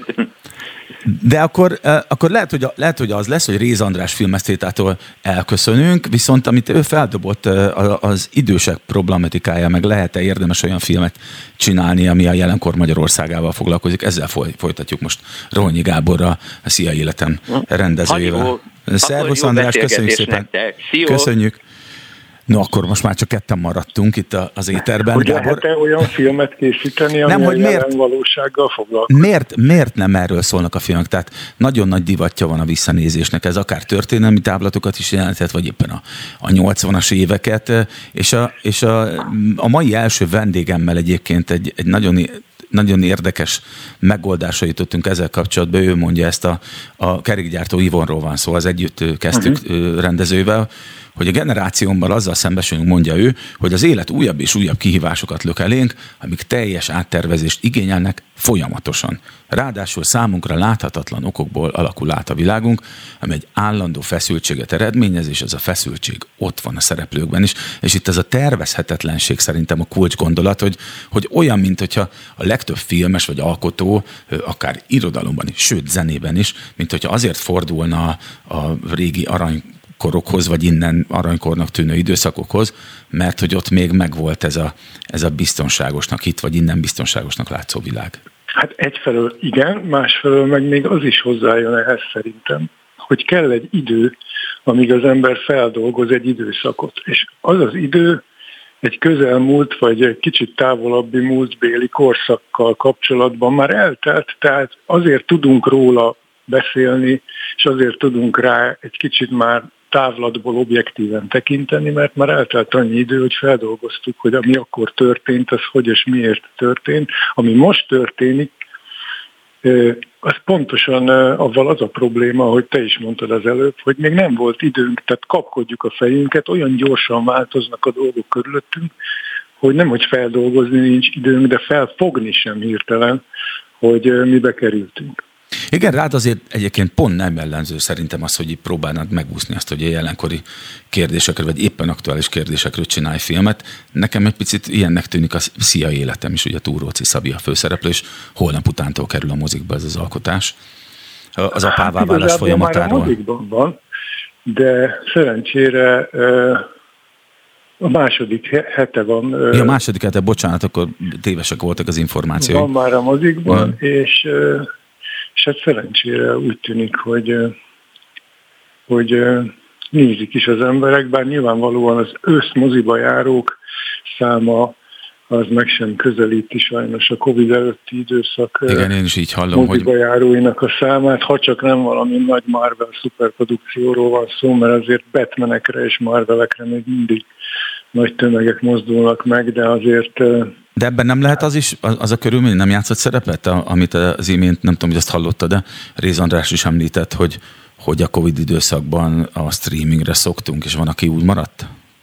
De akkor lehet, hogy az lesz, hogy Réz András filmesztétától elköszönünk, viszont amit ő feldobott, az idősek problematikája, meg lehet-e érdemes olyan filmet csinálni, ami a jelenkor Magyarországával foglalkozik. Ezzel folytatjuk most Rohonyi Gáborral, a Szia Életem rendezőjével. Szervusz András, köszönjük szépen. Köszönjük. No, akkor most már csak ketten maradtunk itt az éterben. Hogy lehet-e olyan filmet készíteni, ami a jelen valósággal foglalkozik? Miért nem erről szólnak a filmek? Tehát nagyon nagy divatja van a visszanézésnek. Ez akár történelmi táblatokat is jelenthet, vagy éppen a 80-as éveket. És a mai első vendégemmel egyébként egy nagyon érdekes megoldásra jutottunk ezzel kapcsolatban. Ő mondja ezt a kerékgyártó Ivonról van szó, az együtt kezdtük rendezővel, hogy a generációmban azzal szembesülünk, mondja ő, hogy az élet újabb és újabb kihívásokat lök elénk, amik teljes áttervezést igényelnek folyamatosan. Ráadásul számunkra láthatatlan okokból alakul át a világunk, ami egy állandó feszültséget eredményez, és ez a feszültség ott van a szereplőkben is. És itt ez a tervezhetetlenség szerintem a kulcs gondolat, hogy olyan, mint hogyha a legtöbb filmes vagy alkotó, akár irodalomban is, sőt zenében is, mint hogyha azért fordulna a régi aranykorokhoz, vagy innen aranykornak tűnő időszakokhoz, mert hogy ott még megvolt ez a biztonságosnak itt, vagy innen biztonságosnak látszó világ. Hát egyfelől igen, másfelől meg még az is hozzájön ehhez szerintem, hogy kell egy idő, amíg az ember feldolgoz egy időszakot. És az az idő egy közelmúlt, vagy egy kicsit távolabbi múltbéli korszakkal kapcsolatban már eltelt, tehát azért tudunk róla beszélni, és azért tudunk rá egy kicsit már távlatból objektíven tekinteni, mert már eltelt annyi idő, hogy feldolgoztuk, hogy ami akkor történt, az hogy és miért történt. Ami most történik, az pontosan avval az a probléma, hogy te is mondtad az előbb, hogy még nem volt időnk, tehát kapkodjuk a fejünket, olyan gyorsan változnak a dolgok körülöttünk, hogy nem, hogy feldolgozni nincs időnk, de felfogni sem hirtelen, hogy mibe kerültünk. Igen, rád azért egyébként pont nem ellenző szerintem az, hogy így próbálnád megúszni azt, hogy a jelenkori kérdésekről, vagy éppen aktuális kérdésekről csinálj filmet. Nekem egy picit ilyennek tűnik a Szia életem is, ugye Túróczi Szabi a főszereplő, és holnap utántól kerül a mozikba ez az alkotás. Az apává válás folyamatáról. Már a mozikban van, de szerencsére a második hete van. Ja, a második hete, bocsánat, akkor tévesek voltak az információi. Van már a mozikban, és hát szerencsére úgy tűnik, hogy nézik is az emberek, bár nyilvánvalóan az őszmoziba járók száma az meg sem közelíti sajnos a Covid előtti időszak. Igen, én is így hallom, moziba járóinak a számát, ha csak nem valami nagy Marvel szuperprodukcióról van szó, mert azért Batmanekre és Marvelekre még mindig nagy tömegek mozdulnak meg, de azért... De ebben nem lehet az a körülmény, nem játszott szerepet, amit az imént, nem tudom, hogy azt hallotta, de Réz András is említett, hogy a Covid időszakban a streamingre szoktunk, és van, aki úgy maradt?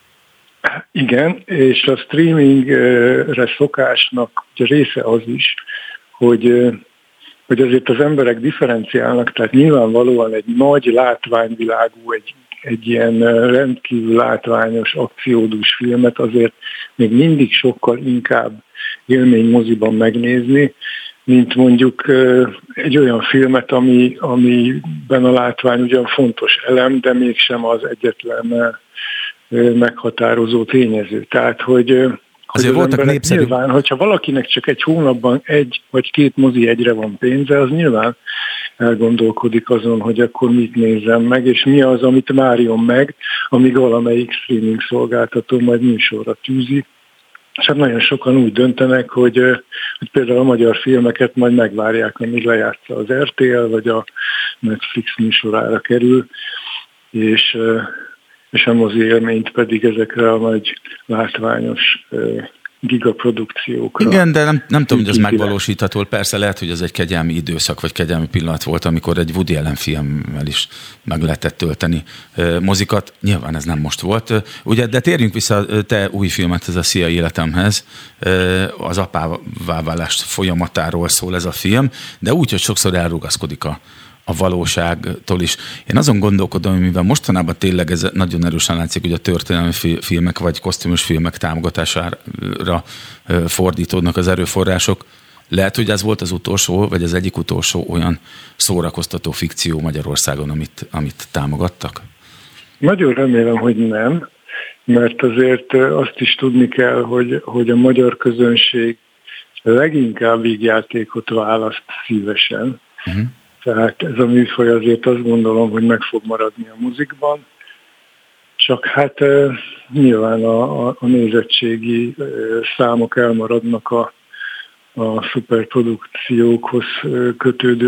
Igen, és a streamingre szokásnak része az is, hogy azért az emberek differenciálnak, tehát nyilvánvalóan egy nagy látványvilágú, egy ilyen rendkívül látványos, akciódús filmet azért még mindig sokkal inkább élménymoziban megnézni, mint mondjuk egy olyan filmet, amiben a látvány ugyan fontos elem, de mégsem az egyetlen meghatározó tényező. Tehát, hogy azért voltak népszerű. Nyilván, hogyha valakinek csak egy hónapban egy vagy két mozi egyre van pénze, az nyilván elgondolkodik azon, hogy akkor mit nézzem meg, és mi az, amit várjon meg, amíg valamelyik streaming szolgáltató majd műsorra tűzi. És hát nagyon sokan úgy döntenek, hogy például a magyar filmeket majd megvárják, amíg lejátsza az RTL, vagy a Netflix műsorára kerül, és a mozi élményt pedig ezekre a nagy látványos gigaprodukciókra. Igen, de nem tudom, hogy ez megvalósítható. Persze lehet, hogy ez egy kegyelmi időszak, vagy kegyelmi pillanat volt, amikor egy Woody Allen filmmel is meg lehetett tölteni mozikat. Nyilván ez nem most volt. Ugye, de térjünk vissza te új filmet, ez a Szia életemhez. Az apává válás folyamatáról szól ez a film, de úgy, hogy sokszor elrugaszkodik a valóságtól is. Én azon gondolkodom, hogy mivel mostanában tényleg ez nagyon erősen látszik, hogy a történelmi filmek vagy kosztümös filmek támogatására fordítódnak az erőforrások. Lehet, hogy ez volt az utolsó, vagy az egyik utolsó olyan szórakoztató fikció Magyarországon, amit támogattak? Nagyon remélem, hogy nem, mert azért azt is tudni kell, hogy a magyar közönség leginkább vígjátékot választ szívesen. Uh-huh. Tehát ez a műfaj azért azt gondolom, hogy meg fog maradni a muzikban. Csak hát nyilván a nézettségi számok elmaradnak a szuperprodukciókhoz kötődő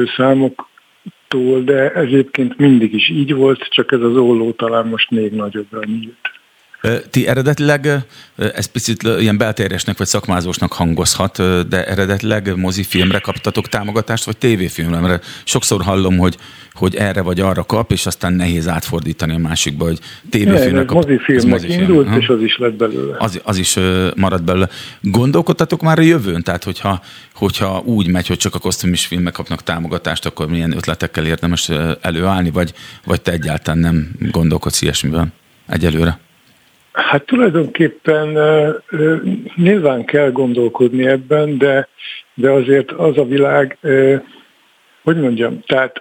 számoktól, de ez egyébként mindig is így volt, csak ez az olló talán most még nagyobbra nyílt. Ti eredetileg, ez picit ilyen belterjesnek vagy szakmázósnak hangozhat, de eredetileg mozifilmre kaptatok támogatást, vagy tévéfilmre? Mert sokszor hallom, hogy erre vagy arra kap, és aztán nehéz átfordítani a másikba, hogy tévéfilmre kap. Mozifilmnek indult, és az is lett belőle. Az is maradt belőle. Gondolkodtatok már a jövőn? Tehát, hogyha úgy megy, hogy csak a kosztümös filmek kapnak támogatást, akkor milyen ötletekkel érdemes előállni, vagy te egyáltalán nem gondolkodsz ilyesmivel egyelőre? Hát tulajdonképpen nyilván kell gondolkodni ebben, de azért az a világ, hogy mondjam, tehát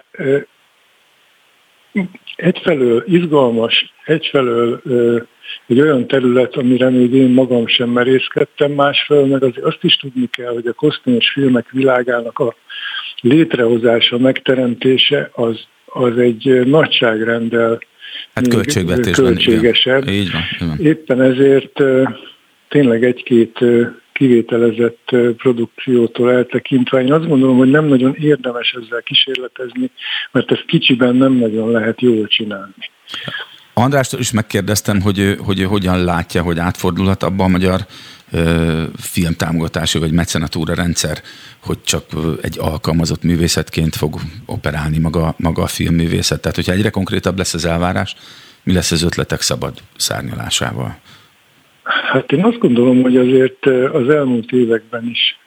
egyfelől izgalmas, egyfelől egy olyan terület, amire még én magam sem merészkedtem, másfelől meg azért azt is tudni kell, hogy a kosztümös filmek világának a létrehozása, megteremtése az egy nagyságrenddel költségesebb. Így van. Éppen ezért tényleg egy-két kivételezett produkciótól eltekintve, én azt gondolom, hogy nem nagyon érdemes ezzel kísérletezni, mert ezt kicsiben nem nagyon lehet jól csinálni. Andrástól is megkérdeztem, hogy hogyan látja, hogy átfordulhat abba a magyar filmtámogatási vagy mecenatúra rendszer, hogy csak egy alkalmazott művészetként fog operálni maga a filmművészet. Tehát, hogyha egyre konkrétabb lesz az elvárás, mi lesz az ötletek szabad szárnyalásával? Hát én azt gondolom, hogy azért az elmúlt években is,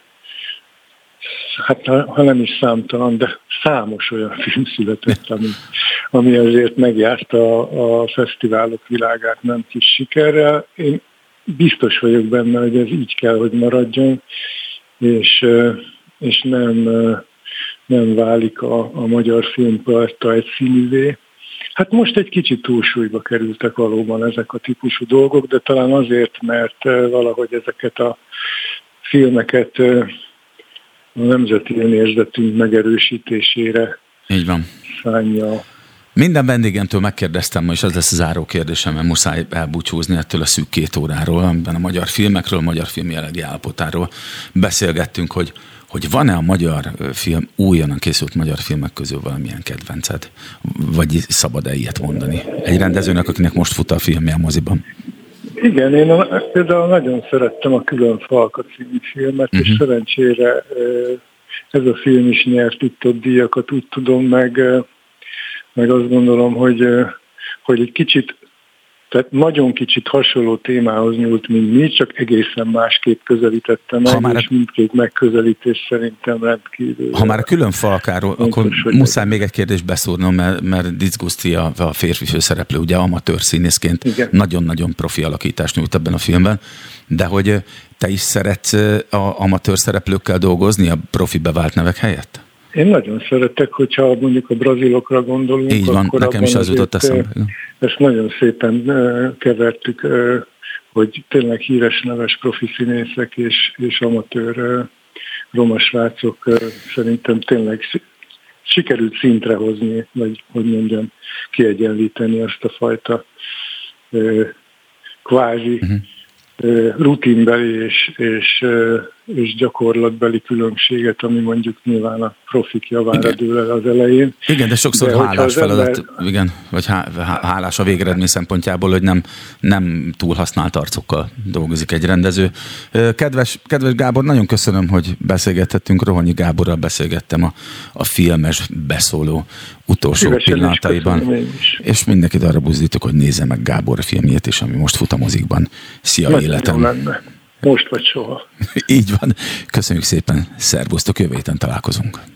hát ha nem is számtalan, de számos olyan film született, ami azért megjárta a fesztiválok világát nem kis sikerrel. Én biztos vagyok benne, hogy ez így kell, hogy maradjon, és nem válik a magyar filmparta egy színűvé. Hát most egy kicsit túlsúlyba kerültek valóban ezek a típusú dolgok, de talán azért, mert valahogy ezeket a filmeket a nemzeti önérzetünk megerősítésére szánja. Minden vendégemtől megkérdeztem, és ez lesz a záró kérdésem, mert muszáj elbúcsúzni ettől a szűk 2 óráról, amiben a magyar filmekről, a magyar film jelenlegi állapotáról beszélgettünk, hogy van-e a magyar film, újonnan készült magyar filmek közül valamilyen kedvenced? Vagy szabad-e ilyet mondani? Egy rendezőnek, akinek most fut a filmje a moziban. Igen, én például nagyon szerettem a Külön Falka című filmet, és szerencsére ez a film is nyert itt-ott díjakat, úgy tudom, meg azt gondolom, hogy egy kicsit, tehát nagyon kicsit hasonló témához nyúlt, mint mi, csak egészen másképp közelítette meg, és mindkét megközelítés szerintem rendkívül. Ha már a Külön Falkáról, akkor muszáj még egy kérdést beszúrnom, mert Dicz a férfi főszereplő, ugye amatőr színészként nagyon-nagyon profi alakítást nyújt ebben a filmben, de hogy te is szeretsz amatőr szereplőkkel dolgozni a profi bevált nevek helyett? Én nagyon szeretek, hogyha mondjuk a brazilokra gondolunk. Így van, akkor nekem is az jutott eszembe. Ezt nagyon szépen kevertük, hogy tényleg híres neves profi színészek és amatőr roma srácok szerintem tényleg sikerült szintre hozni, vagy hogy mondjam, kiegyenlíteni azt a fajta kvázi rutinbeli és gyakorlatbeli különbséget, ami mondjuk nyilván a profik javára dől el az elején. Igen, de sokszor hálás feladat, vagy hálás a végeredmény szempontjából, hogy nem túl használt arcokkal dolgozik egy rendező. Kedves Gábor, nagyon köszönöm, hogy beszélgethettünk. Rohonyi Gáborral beszélgettem a filmes beszóló utolsó pillanataiban. És mindenkit arra buzdítok, hogy nézze meg Gábor filmjét is, ami most fut a mozikban. Szia, életem! Most vagy soha. Így van. Köszönjük szépen. Szervusztok, jövő héten találkozunk.